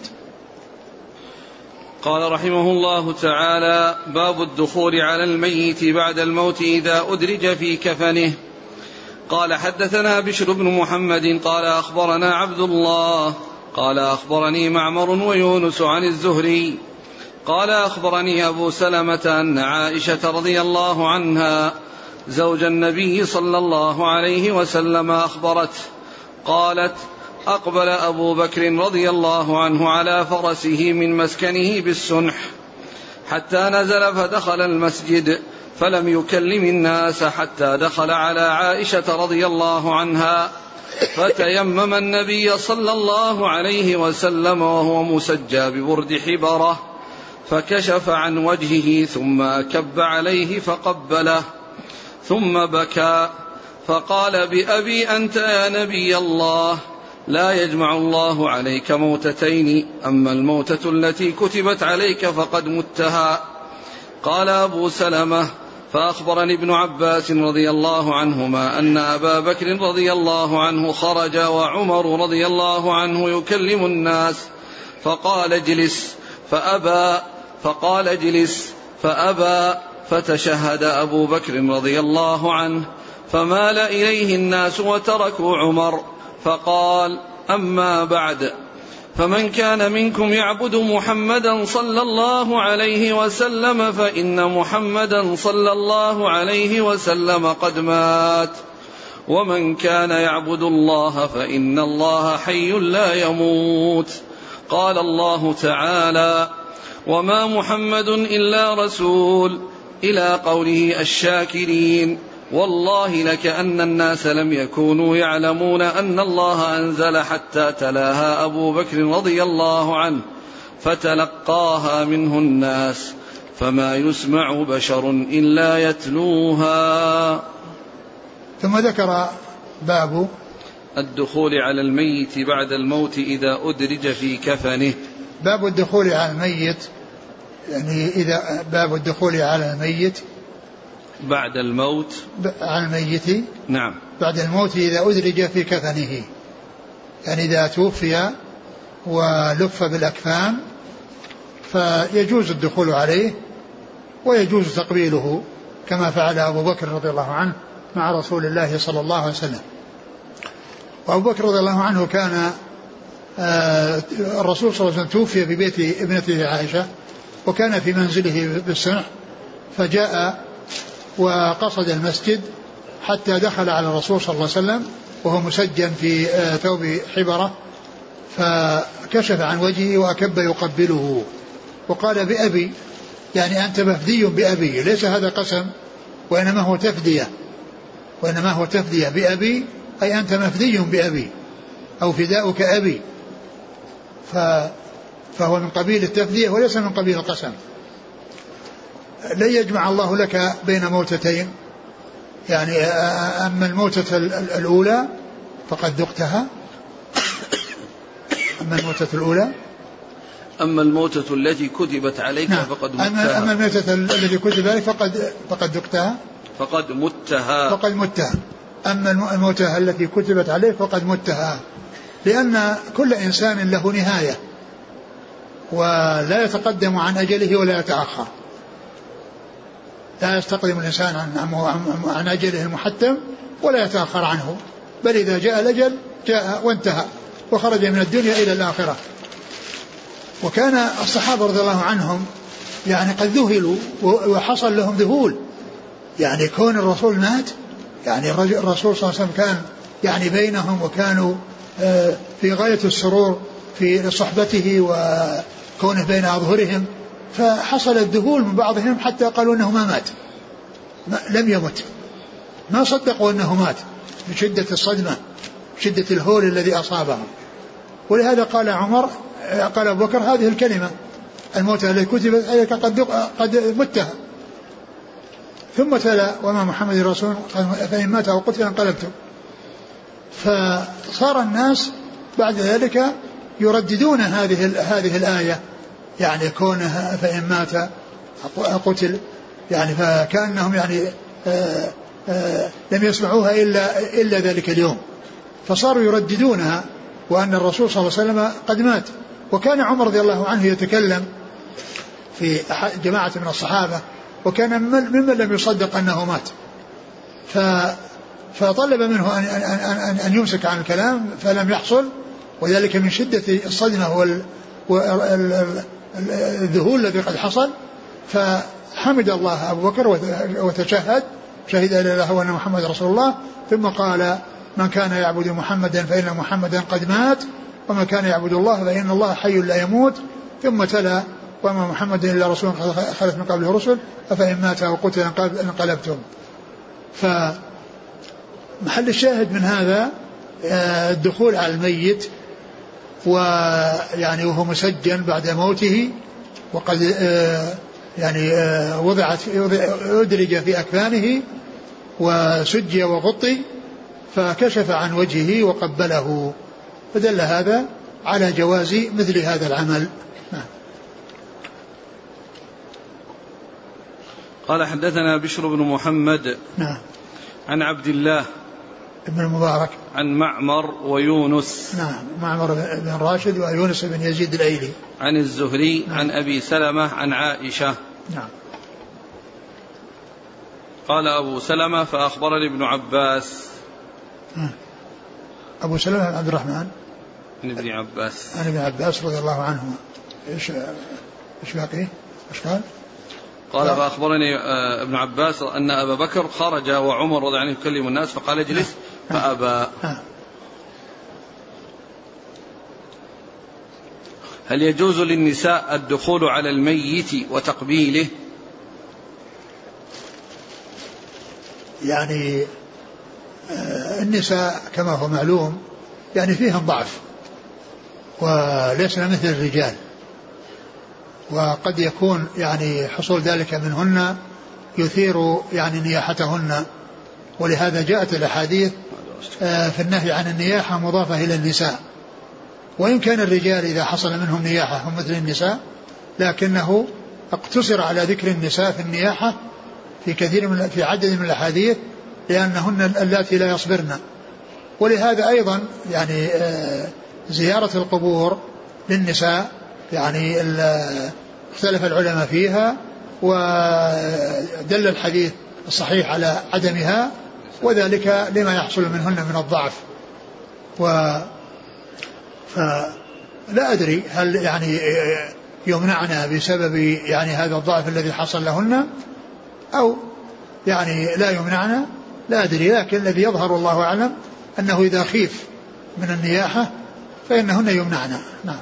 قال رحمه الله تعالى: باب الدخول على الميت بعد الموت إذا أدرج في كفنه. قال حدثنا بشر بن محمد قال أخبرنا عبد الله قال أخبرني معمر ويونس عن الزهري قال أخبرني أبو سلمة أن عائشة رضي الله عنها زوج النبي صلى الله عليه وسلم أخبرته قالت: أقبل أبو بكر رضي الله عنه على فرسه من مسكنه بالسنح حتى نزل فدخل المسجد فلم يكلم الناس حتى دخل على عائشة رضي الله عنها فتيمم النبي صلى الله عليه وسلم وهو مسجى ببرد حبره فكشف عن وجهه ثم أكب عليه فقبله ثم بكى فقال: بأبي أنت يا نبي الله، لا يجمع الله عليك موتتين، أما الموتة التي كتبت عليك فقد متها. قال أبو سلمة: فأخبرني ابن عباس رضي الله عنهما أن أبا بكر رضي الله عنه خرج وعمر رضي الله عنه يكلم الناس فقال اجلس فأبى فقال اجلس فأبى فتشهد أبو بكر رضي الله عنه فمال إليه الناس وتركوا عمر فقال أما بعد فمن كان منكم يعبد محمدا صلى الله عليه وسلم فإن محمدا صلى الله عليه وسلم قد مات ومن كان يعبد الله فإن الله حي لا يموت. قال الله تعالى وما محمد إلا رسول إلى قوله الشاكرين والله لكأن الناس لم يكونوا يعلمون أن الله أنزل حتى تلاها أبو بكر رضي الله عنه فتلقاها منه الناس فما يسمع بشر إلا يتلوها. ثم ذكر باب الدخول على الميت بعد الموت إذا أدرج في كفنه. باب الدخول على الميت يعني إذا باب الدخول على الميت بعد الموت على الميت نعم بعد الموت إذا أدرج في كفنه، يعني إذا توفي ولف بالأكفان فيجوز الدخول عليه ويجوز تقبيله كما فعل أبو بكر رضي الله عنه مع رسول الله صلى الله عليه وسلم. وأبو بكر رضي الله عنه كان الرسول صلى الله عليه وسلم توفي في بيت ابنته عائشة وكان في منزله بالسنح، فجاء وقصد المسجد حتى دخل على الرسول صلى الله عليه وسلم وهو مسجن في ثوب حبرة، فكشف عن وجهه وأكب يقبله وقال بأبي، يعني أنت مفدي بأبي، ليس هذا قسم وإنما هو تفدية، وإنما هو تفدية بأبي أي أنت مفدي بأبي أو فداؤك أبي، فهو من قبيل التفدية وليس من قبيل القسم. لن يجمع الله لك بين موتتين، يعني أما الموتة الأولى فقد ذقتها، أما الموتة الأولى أما الموتة التي كتبت عليك نعم. فقد متها. أما الموتة التي كتبت عليك فقد فقد ذقتها فقد متها فقد متها أما الموتة التي كتبت عليك فقد متها، لأن كل إنسان له نهاية ولا يتقدم عن أجله ولا يتأخر، لا يستقدم الإنسان عن, عن أجله المحتم ولا يتأخر عنه، بل إذا جاء الأجل جاء وانتهى وخرج من الدنيا إلى الآخرة. وكان الصحابة رضي الله عنهم يعني قد ذهلوا وحصل لهم ذهول، يعني كون الرسول مات، يعني الرسول صلى الله عليه وسلم كان يعني بينهم وكانوا في غاية السرور في صحبته وكونه بين أظهرهم، فحصل الذهول من بعضهم حتى قالوا أنه ما مات، ما لم يمت، ما صدقوا أنه مات بشدة الصدمة شدة الهول الذي أصابهم. ولهذا قال عمر قال أبو بكر هذه الكلمة الموتى التي كتبت عليك قد قد متها، ثم تلا وما محمد رسول فإن مات أو قتل انقلبتم. فصار الناس بعد ذلك يرددون هذه هذه الآية، يعني كونه فإن مات قتل، يعني فكأنهم يعني آآ آآ لم يسمعوها إلا, إلا ذلك اليوم، فصاروا يرددونها وأن الرسول صلى الله عليه وسلم قد مات. وكان عمر رضي الله عنه يتكلم في جماعة من الصحابة وكان ممن لم يصدق أنه مات، فطلب منه أن, أن, أن يمسك عن الكلام فلم يحصل، وذلك من شدة الصدمة والذهول الذي قد حصل. فحمد الله أبو بكر وتشهد شهد لا إله إلا هو أن محمد رسول الله، ثم قال من كان يعبد محمدا فإن محمدا قد مات ومن كان يعبد الله فإن الله حي لا يموت، ثم تلا وما محمد إلا رسول خلت من قبله رسل أفإن مات أو قتل انقلبتم. فمحل الشاهد من هذا الدخول على الميت ويعني وهو مسجن بعد موته وقد يعني وضعت أدرج في أكفانه وسجي وغطي فكشف عن وجهه وقبله، فدل هذا على جواز مثل هذا العمل. قال حدثنا بشر بن محمد نعم عن عبد الله ابن المبارك عن معمر ويونس نعم معمر بن راشد ويونس بن يزيد الأيلي عن الزهري نعم. عن أبي سلمة عن عائشة. نعم. قال أبو سلمة فأخبرني ابن عباس. أبو سلمة عبد الرحمن عن ابن عباس عن ابن عباس رضي الله عنهما. إيش إيش باقي؟ إيش قال؟ قال فأخبرني ابن عباس أن أبا بكر خرج وعمر رضي الله عنه يكلم الناس فقال اجلس فأبى. هل يجوز للنساء الدخول على الميت وتقبيله؟ يعني النساء كما هو معلوم يعني فيهم ضعف وليسن مثل الرجال، وقد يكون يعني حصول ذلك منهن يثير يعني نياحتهن، ولهذا جاءت الأحاديث في النهي عن النياحة مضافة إلى النساء، وإن كان الرجال إذا حصل منهم نياحة هم مثل النساء لكنه اقتصر على ذكر النساء في النياحة في كثير من في عدد من الأحاديث لأنهن اللاتي لا يصبرن. ولهذا أيضا يعني زيارة القبور للنساء يعني اختلف العلماء فيها، ودل الحديث الصحيح على عدمها، وذلك لما يحصل منهن من الضعف. و فلا أدري هل يعني يمنعنا بسبب يعني هذا الضعف الذي حصل لهن أو يعني لا يمنعنا، لا أدري، لكن الذي يظهر الله أعلم أنه إذا خيف من النياحة فإنهن يمنعنا. نعم.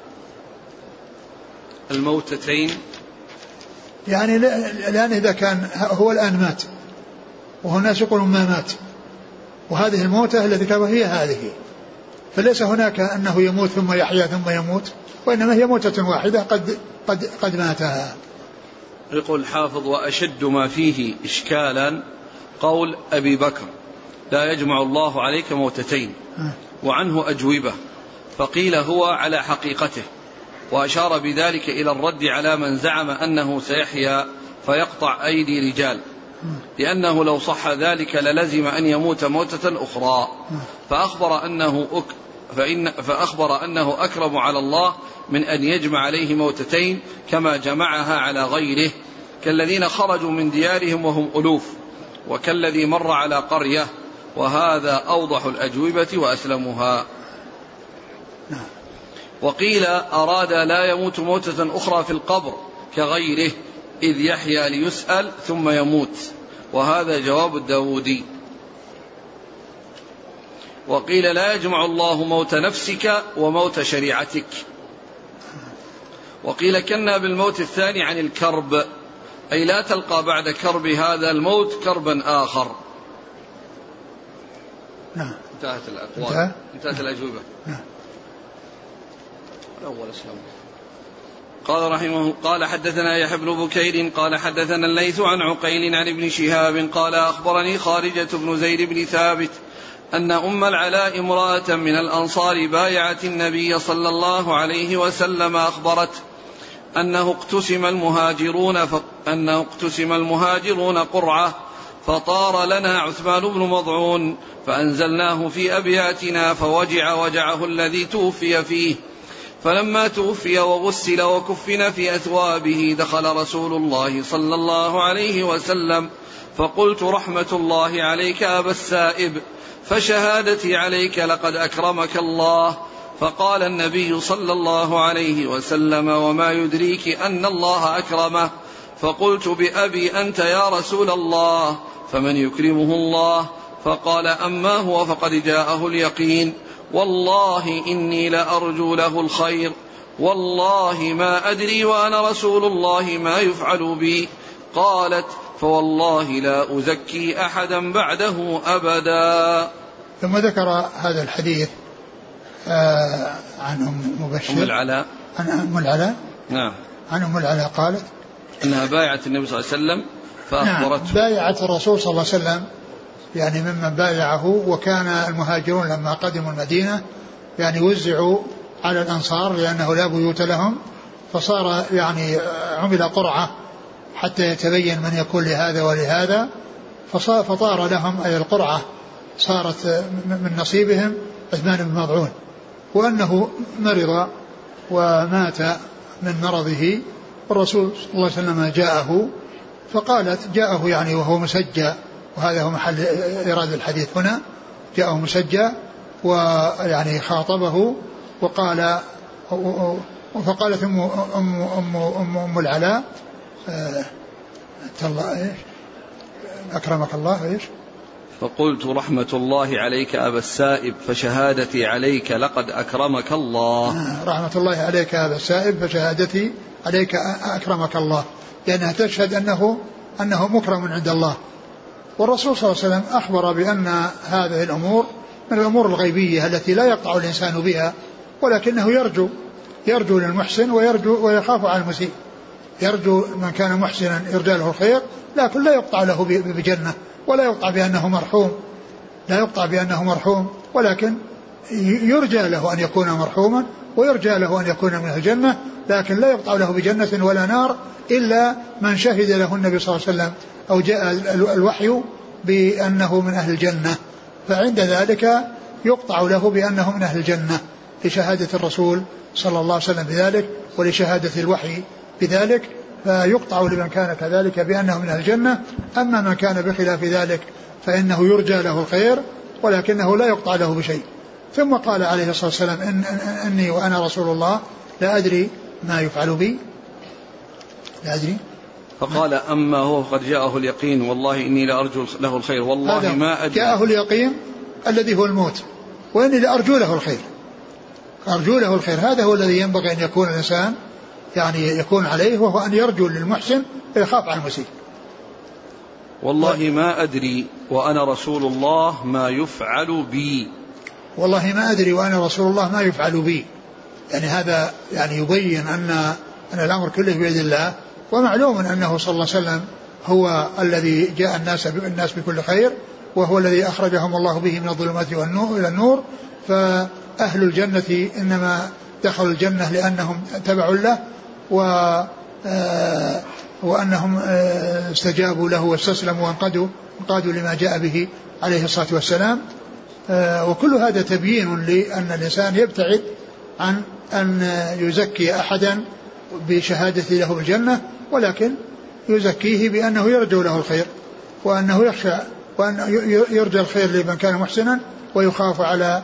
الموتتين يعني الآن إذا كان هو الآن مات وهو الناس يقولون ما مات، وهذه الموتة التي كانت هي هذه، فليس هناك أنه يموت ثم يحيا ثم يموت، وإنما هي موتة واحدة قد, قد, قد ماتها. يقول الحافظ وأشد ما فيه إشكالا قول أبي بكر لا يجمع الله عليك موتتين، وعنه أجوبة، فقيل هو على حقيقته، وأشار بذلك إلى الرد على من زعم أنه سيحيا فيقطع أيدي رجال، لأنه لو صح ذلك للزم أن يموت موتة أخرى، فأخبر أنه أك فإن فأخبر أنه أكرم على الله من أن يجمع عليه موتتين كما جمعها على غيره، كالذين خرجوا من ديارهم وهم ألوف، وكالذي مر على قرية، وهذا أوضح الأجوبة وأسلمها. وقيل أراد لا يموت موتة أخرى في القبر كغيره إذ يحيا ليسأل ثم يموت، وهذا جواب الداودي. وقيل لا يجمع الله موت نفسك وموت شريعتك. وقيل كنا بالموت الثاني عن الكرب، أي لا تلقى بعد كرب هذا الموت كربا آخر. نعم. انتهت الأقوال، انتهت الأجوبة. نعم. الأول أسلام. قال رحمه قال حدثنا يحيى بن بكير قال حدثنا الليث عن عقيل عن ابن شهاب قال أخبرني خارجة بن زيد بن ثابت أن أم العلاء امرأة من الأنصار بايعت النبي صلى الله عليه وسلم أخبرت أنه اقتسم المهاجرون ف... أنه اقتسم المهاجرون قرعة فطار لنا عثمان بن مضعون فأنزلناه في أبياتنا فوجع وجعه الذي توفي فيه، فلما توفي وغسل وكفن في أثوابه دخل رسول الله صلى الله عليه وسلم فقلت رحمة الله عليك أبا السائب، فشهادتي عليك لقد أكرمك الله. فقال النبي صلى الله عليه وسلم وما يدريك أن الله أكرمه؟ فقلت بأبي أنت يا رسول الله، فمن يكرمه الله؟ فقال أما هو فقد جاءه اليقين، والله إني لأرجو له الخير، والله ما أدري وأنا رسول الله ما يفعل بي. قالت فوالله لا أزكي أحدا بعده أبدا. ثم ذكر هذا الحديث آه عن أم مبشر أم العلاء عن أم العلاء نعم عن أم العلاء قالت أنها بايعت النبي صلى الله عليه وسلم فأخبرته. نعم بايعت الرسول صلى الله عليه وسلم يعني ممن بايعه، وكان المهاجرون لما قدموا المدينة يعني وزعوا على الأنصار لأنه لا بيوت لهم، فصار يعني عمل قرعة حتى يتبين من يكون لهذا ولهذا، فطار لهم أي القرعة صارت من نصيبهم عثمان بن مظعون، وأنه مرض ومات من مرضه، والرسول صلى الله عليه وسلم جاءه فقالت جاءه يعني وهو مسجى، وهذا هو محل إيراد الحديث هنا، جاءه مسجى ويعني خاطبه وقال، فقالت أم, أم, أم, أم, أم العلاء الله أكرمك الله إيش؟ فقلت رحمة الله عليك أبا السائب فشهادتي عليك لقد أكرمك الله. رحمة الله عليك أبا السائب فشهادتي عليك أكرمك الله، لأنها تشهد أنه أنه مكرم عند الله. والرسول صلى الله عليه وسلم أخبر بأن هذه الأمور من الأمور الغيبية التي لا يقطع الإنسان بها، ولكنه يرجو يرجو للمحسن ويرجو ويخاف على المسيء. يرجو من كان محسنا يرجى له الخير، لكن لا يقطع له بجنة، ولا يقطع بأنه مرحوم، لا يقطع بأنه مرحوم، ولكن يرجى له أن يكون مرحوما ويرجى له أن يكون من الجنة، لكن لا يقطع له بجنة ولا نار إلا من شهد له النبي صلى الله عليه وسلم أو جاء الوحي بأنه من أهل الجنة، فعند ذلك يقطع له بأنه من أهل الجنة لشهادة الرسول صلى الله عليه وسلم بذلك ولشهادة الوحي بذلك، فيقطع لمن كان كذلك بأنه من أهل الجنة. أما من كان بخلاف ذلك فإنه يرجى له الخير ولكنه لا يقطع له بشيء. ثم قال عليه الصلاة والسلام إن إني وأنا رسول الله لا أدري ما يفعل بي، لا أدري. فقال أما هو قد جاءه اليقين والله إني لأرجو له الخير والله ما أدري. جاءه اليقين الذي هو الموت، وإني لأرجو له الخير، أرجو له الخير، هذا هو الذي ينبغي أن يكون الإنسان يعني يكون عليه، وهو أن يرجو للمحسن ويخاف عن المسيء. والله ما أدري وأنا رسول الله ما يفعل بي، والله ما أدري وأنا رسول الله ما يفعل بي، يعني هذا يعني يبين أن أن الأمر كله بيد الله، ومعلوم أنه صلى الله عليه وسلم هو الذي جاء الناس الناس بكل خير، وهو الذي أخرجهم الله به من الظلمات والنور إلى النور، فأهل الجنة إنما دخلوا الجنة لأنهم تبعوا له و وأنهم استجابوا له واستسلموا وانقادوا انقادوا لما جاء به عليه الصلاة والسلام. وكل هذا تبيين لأن الإنسان يبتعد عن أن يزكي أحدا بشهادته له بالجنة، ولكن يزكيه بأنه يرجو له الخير، وأنه يخشى وأن يرجى الخير لمن كان محسنا ويخاف على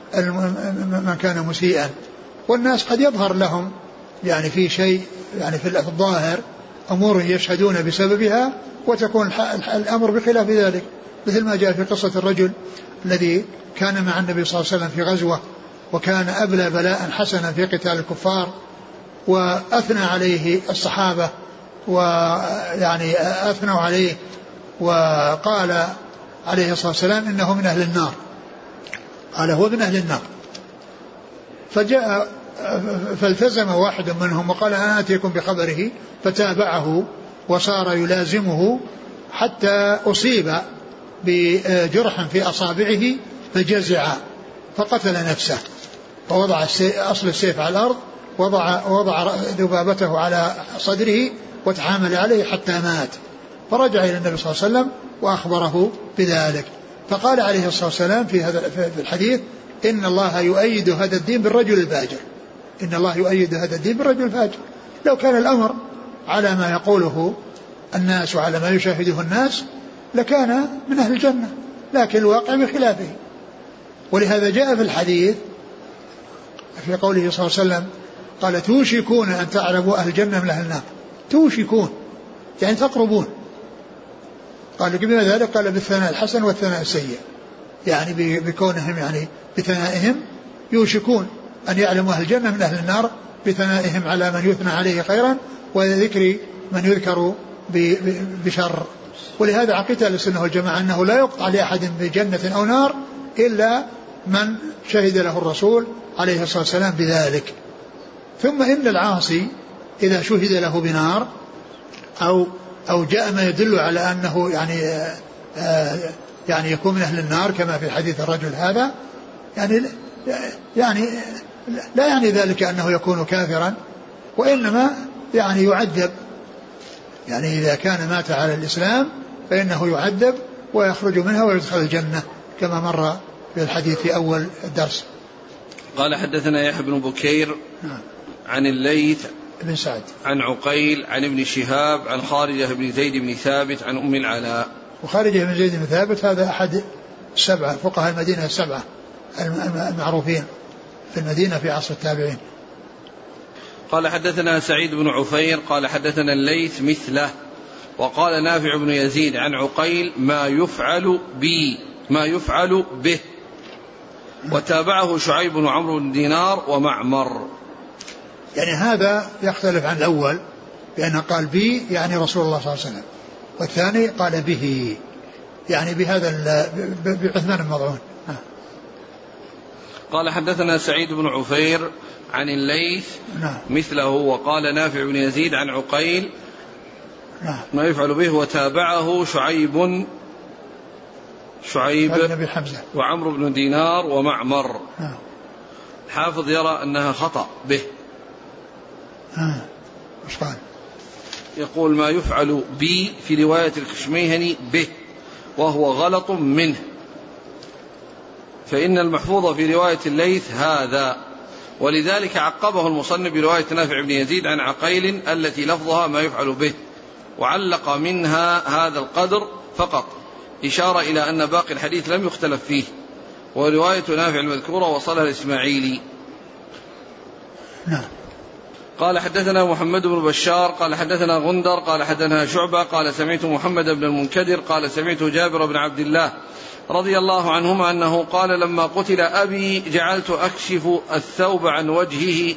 من كان مسيئا. والناس قد يظهر لهم يعني في شيء يعني في الظاهر أمور يشهدون بسببها وتكون الأمر بخلاف ذلك، مثل ما جاء في قصة الرجل الذي كان مع النبي صلى الله عليه وسلم في غزوة وكان أبلى بلاء حسنا في قتال الكفار، وأثنى عليه الصحابة ويعني أثنوا عليه وقال عليه الصلاة والسلام إنه من أهل النار، قال هو من أهل النار. فجاء فالتزم واحد منهم وقال أنا آتيكم بخبره، فتابعه وصار يلازمه حتى أصيب بجرح في أصابعه فجزع فقتل نفسه، فوضع أصل السيف على الأرض، وضع, وضع ذبابته على صدره وتحامل عليه حتى مات. فرجع إلى النبي صلى الله عليه وسلم وأخبره بذلك، فقال عليه الصلاة والسلام في هذا في الحديث إن الله يؤيد هذا الدين بالرجل الفاجر، إن الله يؤيد هذا الدين بالرجل الفاجر. لو كان الأمر على ما يقوله الناس وعلى ما يشاهده الناس لكان من أهل الجنة، لكن الواقع بخلافه. ولهذا جاء في الحديث في قوله صلى الله عليه وسلم قال توشكون أن تعلموا أهل الجنة من أهل النار، توشكون يعني تقربون. قال بما ذلك؟ قال بالثناء الحسن والثناء السيء، يعني بكونهم يعني بثنائهم يوشكون أن يعلموا أهل الجنة من أهل النار بثنائهم على من يثنى عليه خيرا وذكر من يذكر بشر. ولهذا عقيدة السنة والجماعة أنه لا يقطع لأحد بجنة أو نار إلا من شهد له الرسول عليه الصلاة والسلام بذلك. ثم إن العاصي إذا شهد له بنار أو أو جاء ما يدل على أنه يعني آه يعني يكون من أهل النار كما في حديث الرجل هذا، يعني يعني لا يعني ذلك أنه يكون كافرا، وإنما يعني يعذب يعني إذا كان مات على الإسلام فإنه يعذب ويخرج منها ويدخل الجنة كما مر في الحديث في أول الدرس. قال حدثنا يحيى بن بكير عن الليث بن سعد عن عقيل عن ابن شهاب عن خارجة بن زيد بن ثابت عن أم العلاء. وخارجة بن زيد بن ثابت هذا أحد السبعة فقهاء المدينة السبعة المعروفين في المدينة في عصر التابعين. قال حدثنا سعيد بن عفير قال حدثنا الليث مثله وقال نافع بن يزيد عن عقيل ما يفعل بي ما يفعل به وتابعه شعيب وعمرو بن دينار ومعمر. يعني هذا يختلف عن الأول لأنه قال بي يعني رسول الله صلى الله عليه وسلم والثاني قال به يعني بهذا بعثمان بن مظعون. قال حدثنا سعيد بن عفير عن الليث نعم. مثله وقال نافع بن يزيد عن عقيل نعم. ما يفعل به وتابعه شعيب شعيب بن حمزة وعمرو بن دينار ومعمر. نعم. الحافظ يرى أنها خطأ به. آه. مش قال يقول ما يفعل بي في رواية الكشميهني به وهو غلط منه فإن المحفوظ في رواية الليث هذا ولذلك عقبه المصنف برواية نافع بن يزيد عن عقيل التي لفظها ما يفعل به وعلق منها هذا القدر فقط إشارة إلى أن باقي الحديث لم يختلف فيه ورواية نافع المذكورة وصلها الإسماعيلي. نعم. قال حدثنا محمد بن بشار قال حدثنا غندر قال حدثنا شعبة قال سمعت محمد بن المنكدر قال سمعت جابر بن عبد الله رضي الله عنهما أنه قال لما قتل أبي جعلت أكشف الثوب عن وجهه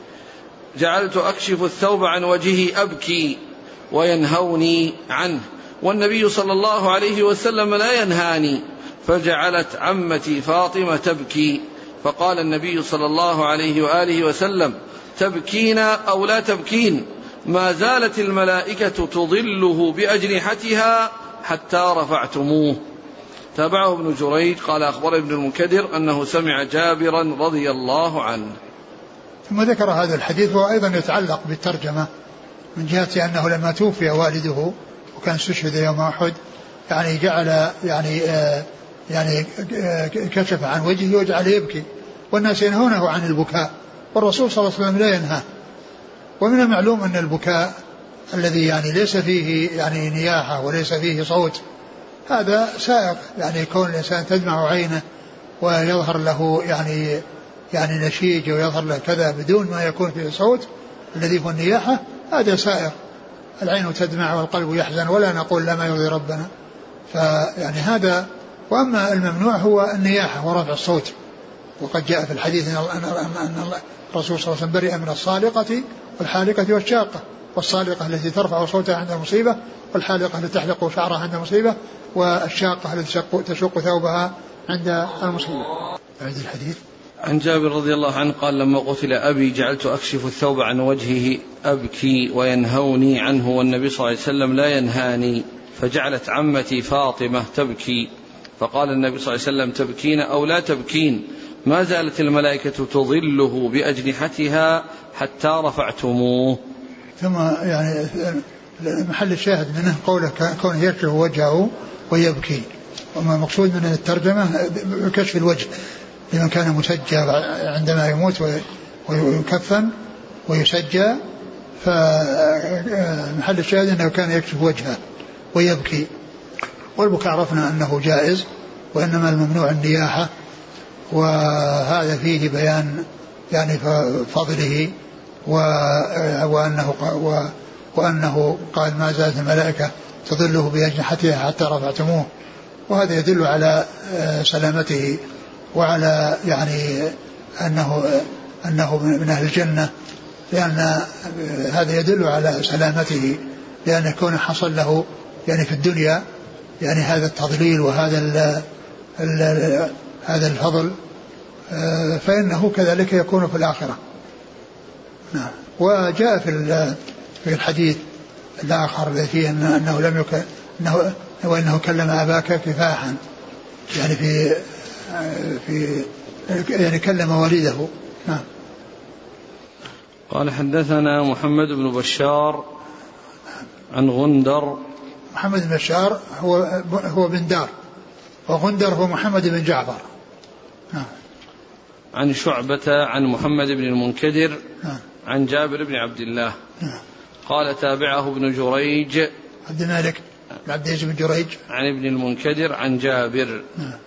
جعلت أكشف الثوب عن وجهه أبكي وينهوني عنه والنبي صلى الله عليه وسلم لا ينهاني فجعلت عمتي فاطمة تبكي فقال النبي صلى الله عليه وآله وسلم تبكين أو لا تبكين ما زالت الملائكة تظله بأجنحتها حتى رفعتموه. تابعه ابن جريج قال أخبر ابن المنكدر أنه سمع جابرا رضي الله عنه. ثم ذكر هذا الحديث وأيضا يتعلق بالترجمة من جهة أنه لما توفي والده وكان استشهد يوم أحد يعني جعل يعني آه يعني آه كشف عن وجهه وجعل يبكي والناس ينهونه عن البكاء والرسول صلى الله عليه وسلم لا ينهى. ومن المعلوم أن البكاء الذي يعني ليس فيه يعني نياحة وليس فيه صوت هذا سائق يعني كون الإنسان تدمع عينه ويظهر له يعني يعني نشيج ويظهر له كذا بدون ما يكون فيه صوت الذي هو النياحة هذا سائق. العين تدمع والقلب يحزن ولا نقول لا ما يرضي ربنا فيعني هذا. وأما الممنوع هو النياحة ورفع الصوت وقد جاء في الحديث أن الرسول صلى الله عليه وسلم برئ من الصالقة والحالقة والشاقة والصالقة التي ترفع صوتها عند المصيبة والحالقة التي تحلق شعرها عند المصيبة والشاقة التي تشق ثوبها عند المصيبة. أعيد الحديث. عن جابر رضي الله عنه قال لما قتل أبي جعلت أكشف الثوب عن وجهه أبكي وينهوني عنه والنبي صلى الله عليه وسلم لا ينهاني فجعلت عمتي فاطمة تبكي فقال النبي صلى الله عليه وسلم تبكين أو لا تبكين ما زالت الملائكة تظله بأجنحتها حتى رفعتموه. ثم يعني محل الشاهد منه قوله كونه يكشف وجهه ويبكي وما المقصود من الترجمة كشف الوجه لمن كان مسجى عندما يموت ويكفن ويسجى فمحل الشاهد أنه كان يكشف وجهه ويبكي. والبكاء عرفنا أنه جائز وإنما الممنوع النياحة وهذا فيه بيان يعني فضله وأنه, وأنه قال ما زالت الملائكة تظله بأجنحتها حتى رفعتموه وهذا يدل على سلامته وعلى يعني أنه, أنه من أهل الجنة لأن هذا يدل على سلامته لأن يكون حصل له يعني في الدنيا يعني هذا التضليل وهذا ال ال هذا الفضل فإنه كذلك يكون في الآخرة. نعم. وجاء في في الحديث الآخر الذي فيه أنه لم يك أنه وإنه كلم أباك كفاحا يعني في في يعني كلم والده. نعم. قال حدثنا محمد بن بشار عن غندر محمد بن بشار هو هو بن دار، وغندر هو محمد بن جعفر. آه. عن شعبة عن محمد بن المنكدر آه. عن جابر بن عبد الله آه. قال تابعه ابن جريج عبد الملك بن عبد العزيز بن جريج عن ابن المنكدر عن جابر. آه.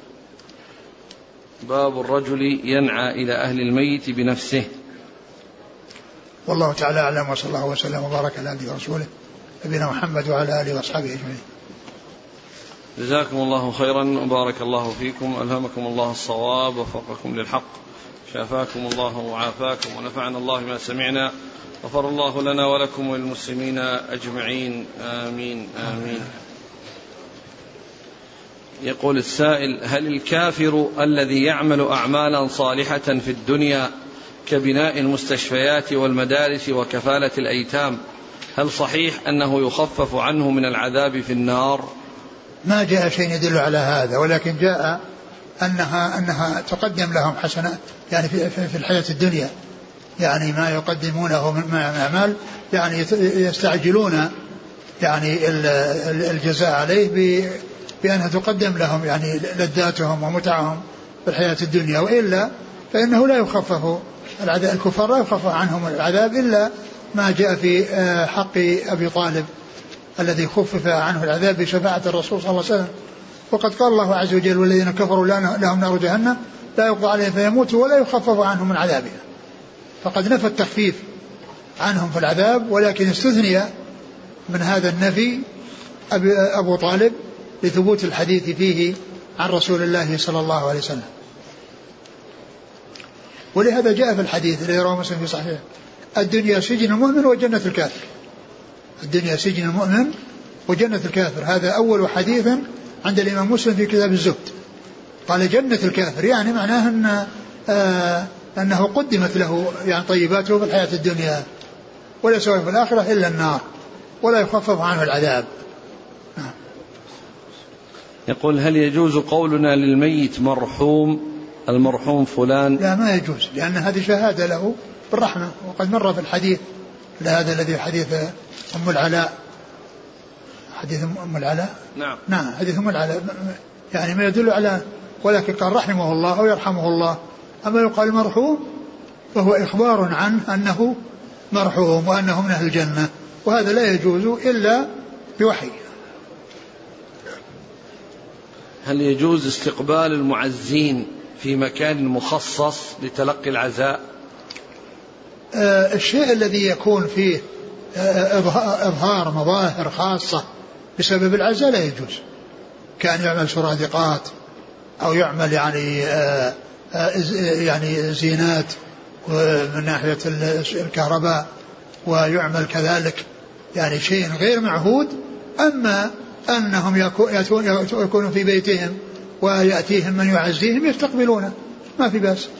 باب الرجل ينعى إلى أهل الميت بنفسه. والله تعالى أعلم، وصلى الله وسلم وبارك على عبده ورسوله نبينا محمد وعلى آله وأصحابه أجمعين. جزاكم الله خيرا وبارك الله فيكم، ألهمكم الله الصواب ووفقكم للحق، شافاكم الله وعافاكم ونفعنا الله ما سمعنا، غفر الله لنا ولكم وللمسلمين أجمعين، آمين آمين. يقول السائل: هل الكافر الذي يعمل أعمالا صالحة في الدنيا كبناء المستشفيات والمدارس وكفالة الأيتام هل صحيح أنه يخفف عنه من العذاب في النار؟ ما جاء شيء يدل على هذا، ولكن جاء أنها أنها تقدم لهم حسنات يعني في في الحياة الدنيا، يعني ما يقدمونه من أعمال يعني يستعجلون يعني الجزاء عليه بأنها تقدم لهم يعني لذاتهم ومتعهم في الحياة الدنيا، وإلا فإنه لا يخفف العذاب، الكفار لا يخفف عنهم العذاب إلا ما جاء في حق أبي طالب الذي خفف عنه العذاب بشفاعة الرسول صلى الله عليه وسلم. وقد قال الله عز وجل: والذين كفروا لهم نار جهنم لا يقضى عليهم فيموتوا ولا يخفف عنهم من عذابها. فقد نفى التخفيف عنهم في العذاب، ولكن استثني من هذا النفي أبو طالب لثبوت الحديث فيه عن رسول الله صلى الله عليه وسلم. ولهذا جاء في الحديث الذي رواه مسلم في صحيحه: الدنيا سجن المؤمن وجنة الكافر. الدنيا سجن المؤمن وجنة الكافر، هذا أول حديث عند الإمام مسلم في كتاب الزهد. قال جنة الكافر، يعني معناه أن آه أنه قدمت له يعني طيباته في الحياة الدنيا، وليس في الآخرة إلا النار ولا يخفف عنه العذاب. آه. يقول: هل يجوز قولنا للميت مرحوم، المرحوم فلان؟ لا، ما يجوز، لأن هذه شهادة له بالرحمة، وقد مر في الحديث لهذا الذي حديث أم العلاء، حديث أم العلاء نعم نعم حديث أم العلاء يعني ما يدل على، ولكن قال رحمه الله أو يرحمه الله. أما يقال مرحوم فهو إخبار عنه أنه مرحوم وأنه من أهل الجنة، وهذا لا يجوز إلا بوحي. هل يجوز استقبال المعزين في مكان مخصص لتلقي العزاء؟ آه الشيء الذي يكون فيه آه إظهار مظاهر خاصة بسبب العزاء لا يجوز، كان يعمل سرادقات أو يعمل يعني آه آه يعني زينات من ناحية الكهرباء، ويعمل كذلك يعني شيء غير معهود. أما أنهم يكونوا في بيتهم ويأتيهم من يعزيهم يستقبلونه، ما في بأس.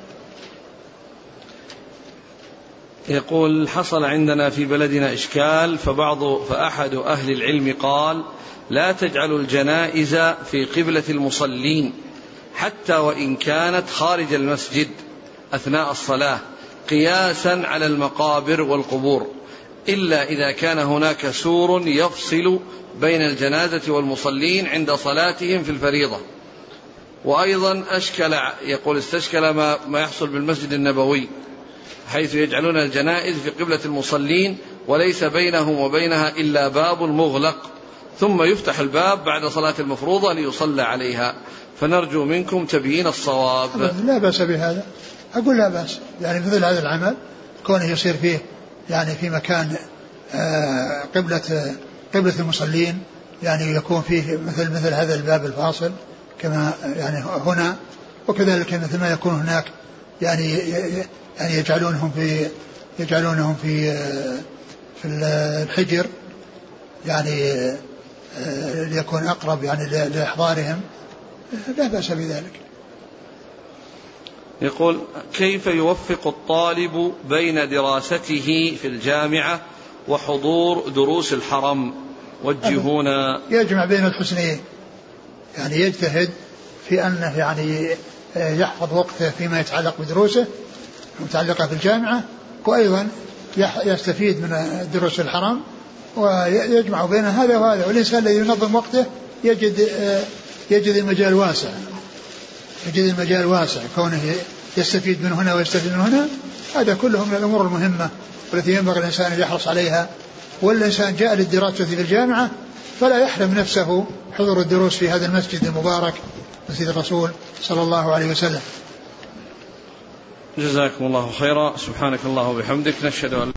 يقول: حصل عندنا في بلدنا إشكال، فبعض فأحد أهل العلم قال: لا تجعلوا الجنائز في قبلة المصلين حتى وإن كانت خارج المسجد أثناء الصلاة، قياسا على المقابر والقبور، إلا إذا كان هناك سور يفصل بين الجنازة والمصلين عند صلاتهم في الفريضة. وأيضا أشكل، يقول استشكل ما, ما يحصل بالمسجد النبوي، حيث يجعلون الجنائز في قبلة المصلين وليس بينهم وبينها إلا باب مغلق، ثم يفتح الباب بعد صلاة المفروضة ليصلى عليها، فنرجو منكم تبيين الصواب. لا بأس بهذا، أقول لا بأس، يعني مثل هذا العمل كونه يصير فيه يعني في مكان آه قبلة قبلة المصلين، يعني يكون فيه مثل مثل هذا الباب الفاصل كما يعني هنا، وكذلك مثل ما يكون هناك يعني يعني يجعلونهم في يجعلونهم في في الحجر يعني ليكون أقرب يعني لإحضارهم، لا بأس بذلك. يقول: كيف يوفق الطالب بين دراسته في الجامعة وحضور دروس الحرم؟ وجهونا. يجمع بين الحسنين، يعني يجتهد في أنه يعني يحفظ وقته فيما يتعلق بدروسه المتعلقة في الجامعة، وأيضا يستفيد من دروس الحرم ويجمع بين هذا وهذا. والإنسان الذي ينظم وقته يجد يجد المجال واسع يجد المجال واسع كونه يستفيد من هنا ويستفيد من هنا. هذا كله من الأمور المهمة والتي ينبغي الإنسان أن يحرص عليها. والإنسان جاء للدراسة في الجامعة فلا يحرم نفسه حضور الدروس في هذا المسجد المبارك مسجد الرسول صلى الله عليه وسلم. جزاكم الله خيرا. سبحانك الله وبحمدك نشهد أن